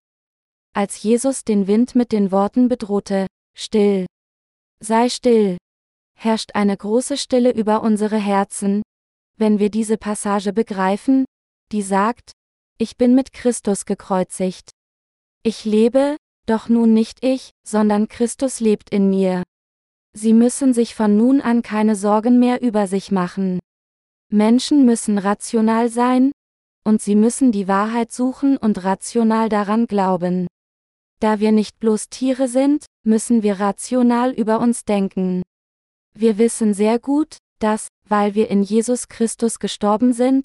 als Jesus den Wind mit den Worten bedrohte, still. Sei still. herrscht eine große Stille über unsere Herzen, wenn wir diese Passage begreifen, die sagt, ich bin mit Christus gekreuzigt. Ich lebe, doch nun nicht ich, sondern Christus lebt in mir. Sie müssen sich von nun an keine Sorgen mehr über sich machen. Menschen müssen rational sein, und sie müssen die Wahrheit suchen und rational daran glauben. Da wir nicht bloß Tiere sind, müssen wir rational über uns denken. Wir wissen sehr gut, dass, weil wir in Jesus Christus gestorben sind,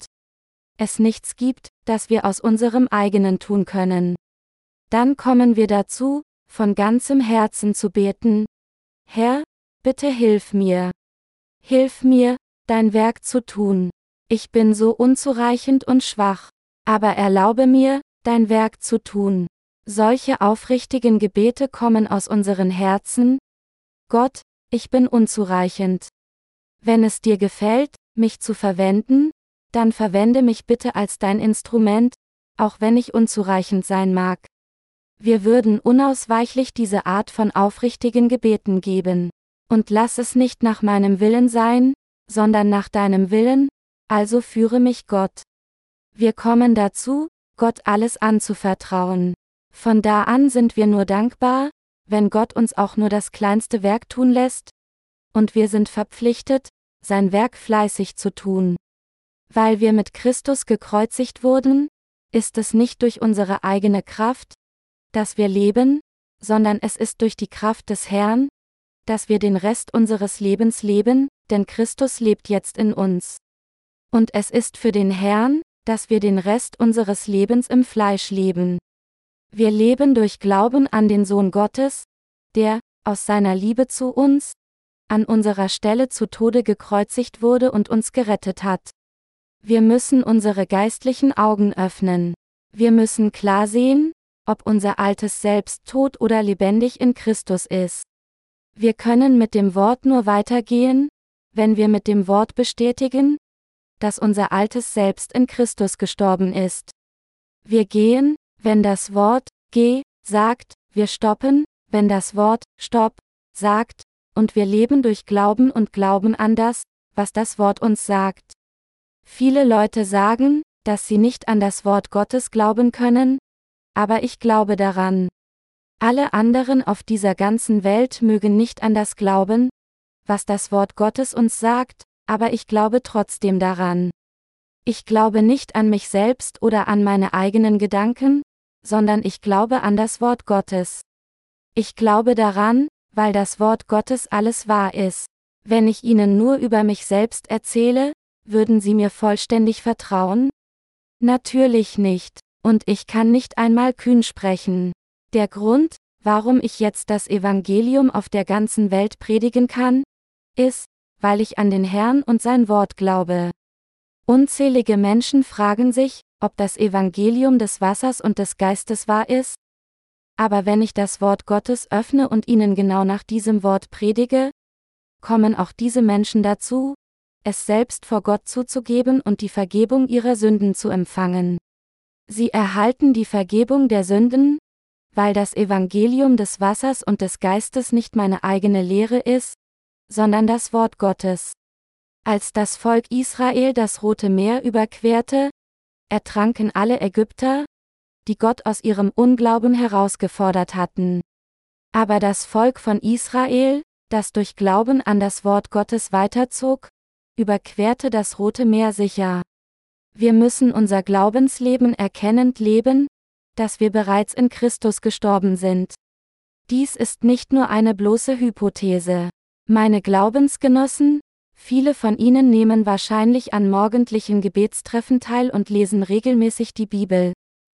es nichts gibt, das wir aus unserem eigenen tun können. Dann kommen wir dazu, von ganzem Herzen zu beten: Herr, bitte hilf mir. Hilf mir, dein Werk zu tun. Ich bin so unzureichend und schwach, aber erlaube mir, dein Werk zu tun. Solche aufrichtigen Gebete kommen aus unseren Herzen: Gott, ich bin unzureichend. Wenn es dir gefällt, mich zu verwenden, dann verwende mich bitte als dein Instrument, auch wenn ich unzureichend sein mag. Wir würden unausweichlich diese Art von aufrichtigen Gebeten geben. Und lass es nicht nach meinem Willen sein, sondern nach deinem Willen, also führe mich Gott. Wir kommen dazu, Gott alles anzuvertrauen. Von da an sind wir nur dankbar, wenn Gott uns auch nur das kleinste Werk tun lässt, und wir sind verpflichtet, sein Werk fleißig zu tun. Weil wir mit Christus gekreuzigt wurden, ist es nicht durch unsere eigene Kraft, dass wir leben, sondern es ist durch die Kraft des Herrn, dass wir den Rest unseres Lebens leben, denn Christus lebt jetzt in uns. Und es ist für den Herrn, dass wir den Rest unseres Lebens im Fleisch leben. Wir leben durch Glauben an den Sohn Gottes, der, aus seiner Liebe zu uns, an unserer Stelle zu Tode gekreuzigt wurde und uns gerettet hat. Wir müssen unsere geistlichen Augen öffnen. Wir müssen klar sehen, ob unser altes Selbst tot oder lebendig in Christus ist. Wir können mit dem Wort nur weitergehen, wenn wir mit dem Wort bestätigen, dass unser altes Selbst in Christus gestorben ist. Wir gehen, wenn das Wort geh sagt, wir stoppen, wenn das Wort stopp sagt, und wir leben durch Glauben und glauben an das, was das Wort uns sagt. Viele Leute sagen, dass sie nicht an das Wort Gottes glauben können, aber ich glaube daran. Alle anderen auf dieser ganzen Welt mögen nicht an das glauben, was das Wort Gottes uns sagt, aber ich glaube trotzdem daran. Ich glaube nicht an mich selbst oder an meine eigenen Gedanken, sondern ich glaube an das Wort Gottes. Ich glaube daran, weil das Wort Gottes alles wahr ist. Wenn ich Ihnen nur über mich selbst erzähle, würden Sie mir vollständig vertrauen? Natürlich nicht, und ich kann nicht einmal kühn sprechen. Der Grund, warum ich jetzt das Evangelium auf der ganzen Welt predigen kann, ist, weil ich an den Herrn und sein Wort glaube. Unzählige Menschen fragen sich, ob das Evangelium des Wassers und des Geistes wahr ist. Aber wenn ich das Wort Gottes öffne und ihnen genau nach diesem Wort predige, kommen auch diese Menschen dazu, es selbst vor Gott zuzugeben und die Vergebung ihrer Sünden zu empfangen. Sie erhalten die Vergebung der Sünden, weil das Evangelium des Wassers und des Geistes nicht meine eigene Lehre ist, sondern das Wort Gottes. Als das Volk Israel das Rote Meer überquerte, ertranken alle Ägypter, die Gott aus ihrem Unglauben herausgefordert hatten. Aber das Volk von Israel, das durch Glauben an das Wort Gottes weiterzog, überquerte das Rote Meer sicher. Wir müssen unser Glaubensleben erkennend leben, dass wir bereits in Christus gestorben sind. Dies ist nicht nur eine bloße Hypothese. Meine Glaubensgenossen, viele von Ihnen nehmen wahrscheinlich an morgendlichen Gebetstreffen teil und lesen regelmäßig die Bibel.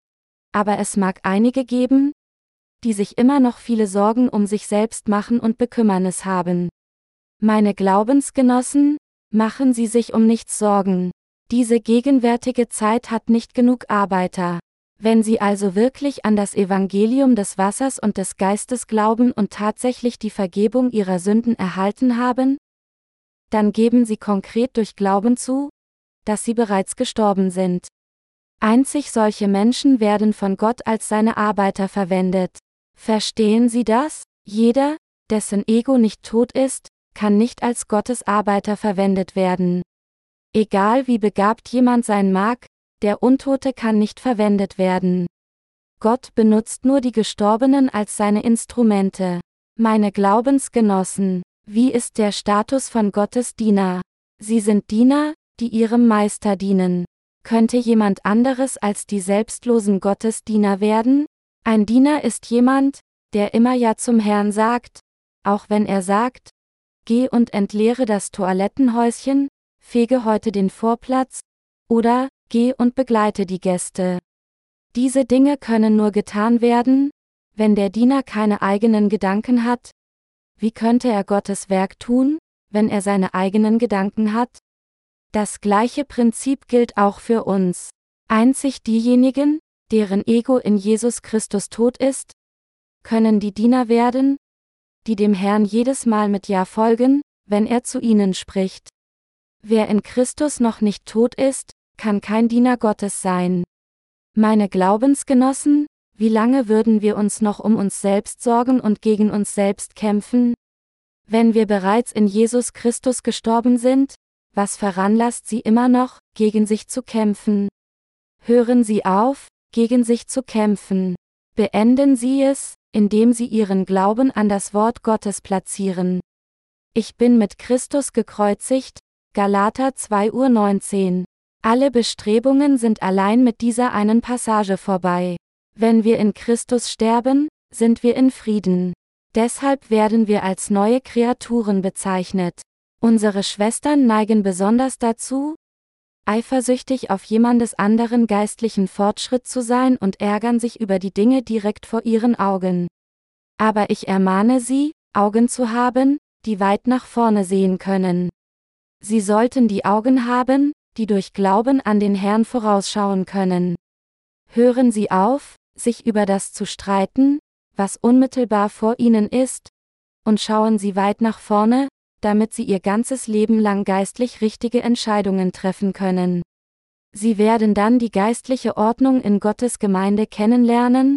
Aber es mag einige geben, die sich immer noch viele Sorgen um sich selbst machen und Bekümmernis haben. Meine Glaubensgenossen, machen Sie sich um nichts Sorgen. Diese gegenwärtige Zeit hat nicht genug Arbeiter. Wenn Sie also wirklich an das Evangelium des Wassers und des Geistes glauben und tatsächlich die Vergebung Ihrer Sünden erhalten haben, dann geben Sie konkret durch Glauben zu, dass Sie bereits gestorben sind. Einzig solche Menschen werden von Gott als seine Arbeiter verwendet. Verstehen Sie das? Jeder, dessen Ego nicht tot ist, kann nicht als Gottes Arbeiter verwendet werden. Egal wie begabt jemand sein mag, der Untote kann nicht verwendet werden. Gott benutzt nur die Gestorbenen als seine Instrumente. Meine Glaubensgenossen, wie ist der Status von Gottes Diener? Sie sind Diener, die ihrem Meister dienen. Könnte jemand anderes als die selbstlosen Gottesdiener werden? Ein Diener ist jemand, der immer Ja zum Herrn sagt, auch wenn er sagt, geh und entleere das Toilettenhäuschen, fege heute den Vorplatz, oder, geh und begleite die Gäste. Diese Dinge können nur getan werden, wenn der Diener keine eigenen Gedanken hat. Wie könnte er Gottes Werk tun, wenn er seine eigenen Gedanken hat? Das gleiche Prinzip gilt auch für uns. Einzig diejenigen, deren Ego in Jesus Christus tot ist, können die Diener werden, die dem Herrn jedes Mal mit Ja folgen, wenn er zu ihnen spricht. Wer in Christus noch nicht tot ist, kann kein Diener Gottes sein. Meine Glaubensgenossen, wie lange würden wir uns noch um uns selbst sorgen und gegen uns selbst kämpfen? Wenn wir bereits in Jesus Christus gestorben sind, was veranlasst Sie immer noch, gegen sich zu kämpfen? Hören Sie auf, gegen sich zu kämpfen. Beenden Sie es, indem Sie Ihren Glauben an das Wort Gottes platzieren. Ich bin mit Christus gekreuzigt, Galater 2:19. Alle Bestrebungen sind allein mit dieser einen Passage vorbei. Wenn wir in Christus sterben, sind wir in Frieden. Deshalb werden wir als neue Kreaturen bezeichnet. Unsere Schwestern neigen besonders dazu, eifersüchtig auf jemandes anderen geistlichen Fortschritt zu sein und ärgern sich über die Dinge direkt vor ihren Augen. Aber ich ermahne Sie, Augen zu haben, die weit nach vorne sehen können. Sie sollten die Augen haben, die durch Glauben an den Herrn vorausschauen können. Hören Sie auf, sich über das zu streiten, was unmittelbar vor Ihnen ist, und schauen Sie weit nach vorne, damit Sie Ihr ganzes Leben lang geistlich richtige Entscheidungen treffen können. Sie werden dann die geistliche Ordnung in Gottes Gemeinde kennenlernen,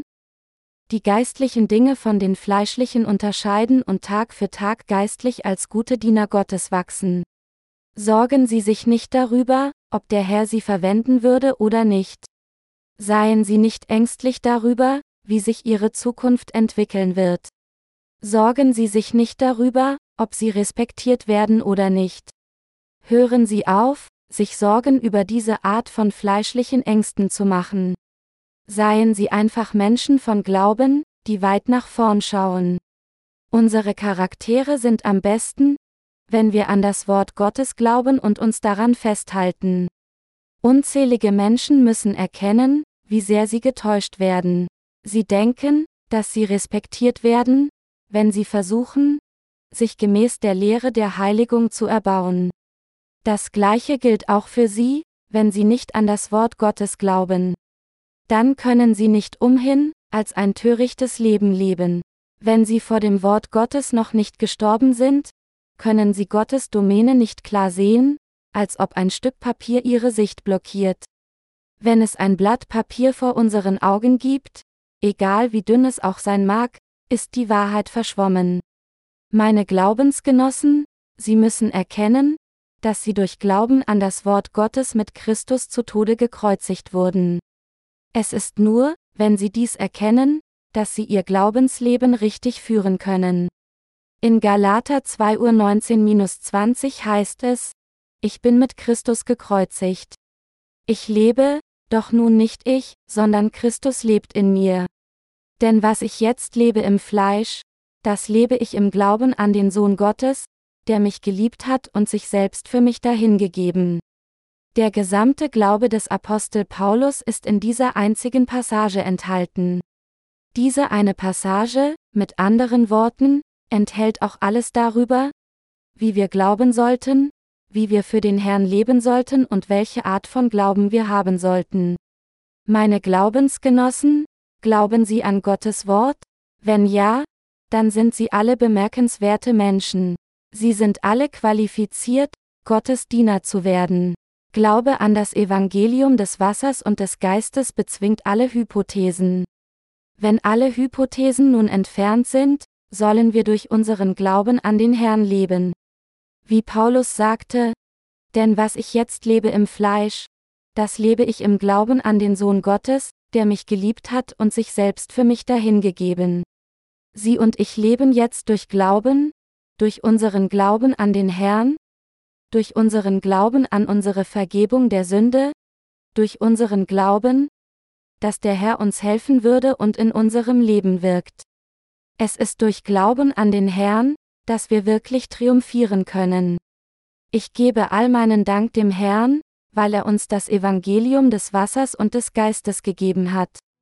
die geistlichen Dinge von den fleischlichen unterscheiden und Tag für Tag geistlich als gute Diener Gottes wachsen. Sorgen Sie sich nicht darüber, ob der Herr Sie verwenden würde oder nicht. Seien Sie nicht ängstlich darüber, wie sich Ihre Zukunft entwickeln wird. Sorgen Sie sich nicht darüber, ob Sie respektiert werden oder nicht. Hören Sie auf, sich Sorgen über diese Art von fleischlichen Ängsten zu machen. Seien Sie einfach Menschen von Glauben, die weit nach vorn schauen. Unsere Charaktere sind am besten, wenn wir an das Wort Gottes glauben und uns daran festhalten. Unzählige Menschen müssen erkennen, wie sehr sie getäuscht werden. Sie denken, dass sie respektiert werden, wenn sie versuchen, sich gemäß der Lehre der Heiligung zu erbauen. Das Gleiche gilt auch für sie, wenn sie nicht an das Wort Gottes glauben. Dann können sie nicht umhin, als ein törichtes Leben leben. Wenn sie vor dem Wort Gottes noch nicht gestorben sind, können sie Gottes Domäne nicht klar sehen, als ob ein Stück Papier ihre Sicht blockiert. Wenn es ein Blatt Papier vor unseren Augen gibt, egal wie dünn es auch sein mag, ist die Wahrheit verschwommen. Meine Glaubensgenossen, Sie müssen erkennen, dass Sie durch Glauben an das Wort Gottes mit Christus zu Tode gekreuzigt wurden. Es ist nur, wenn Sie dies erkennen, dass Sie Ihr Glaubensleben richtig führen können. In Galater 2:19-20 heißt es, ich bin mit Christus gekreuzigt. Ich lebe, doch nun nicht ich, sondern Christus lebt in mir. Denn was ich jetzt lebe im Fleisch, das lebe ich im Glauben an den Sohn Gottes, der mich geliebt hat und sich selbst für mich dahingegeben. Der gesamte Glaube des Apostel Paulus ist in dieser einzigen Passage enthalten. Diese eine Passage, mit anderen Worten, enthält auch alles darüber, wie wir glauben sollten, wie wir für den Herrn leben sollten und welche Art von Glauben wir haben sollten. Meine Glaubensgenossen, glauben Sie an Gottes Wort? Wenn ja, dann sind Sie alle bemerkenswerte Menschen. Sie sind alle qualifiziert, Gottes Diener zu werden. Glaube an das Evangelium des Wassers und des Geistes bezwingt alle Hypothesen. Wenn alle Hypothesen nun entfernt sind, sollen wir durch unseren Glauben an den Herrn leben. Wie Paulus sagte, denn was ich jetzt lebe im Fleisch, das lebe ich im Glauben an den Sohn Gottes, der mich geliebt hat und sich selbst für mich dahingegeben. Sie und ich leben jetzt durch Glauben, durch unseren Glauben an den Herrn, durch unseren Glauben an unsere Vergebung der Sünde, durch unseren Glauben, dass der Herr uns helfen würde und in unserem Leben wirkt. Es ist durch Glauben an den Herrn, dass wir wirklich triumphieren können. Ich gebe all meinen Dank dem Herrn, weil er uns das Evangelium des Wassers und des Geistes gegeben hat.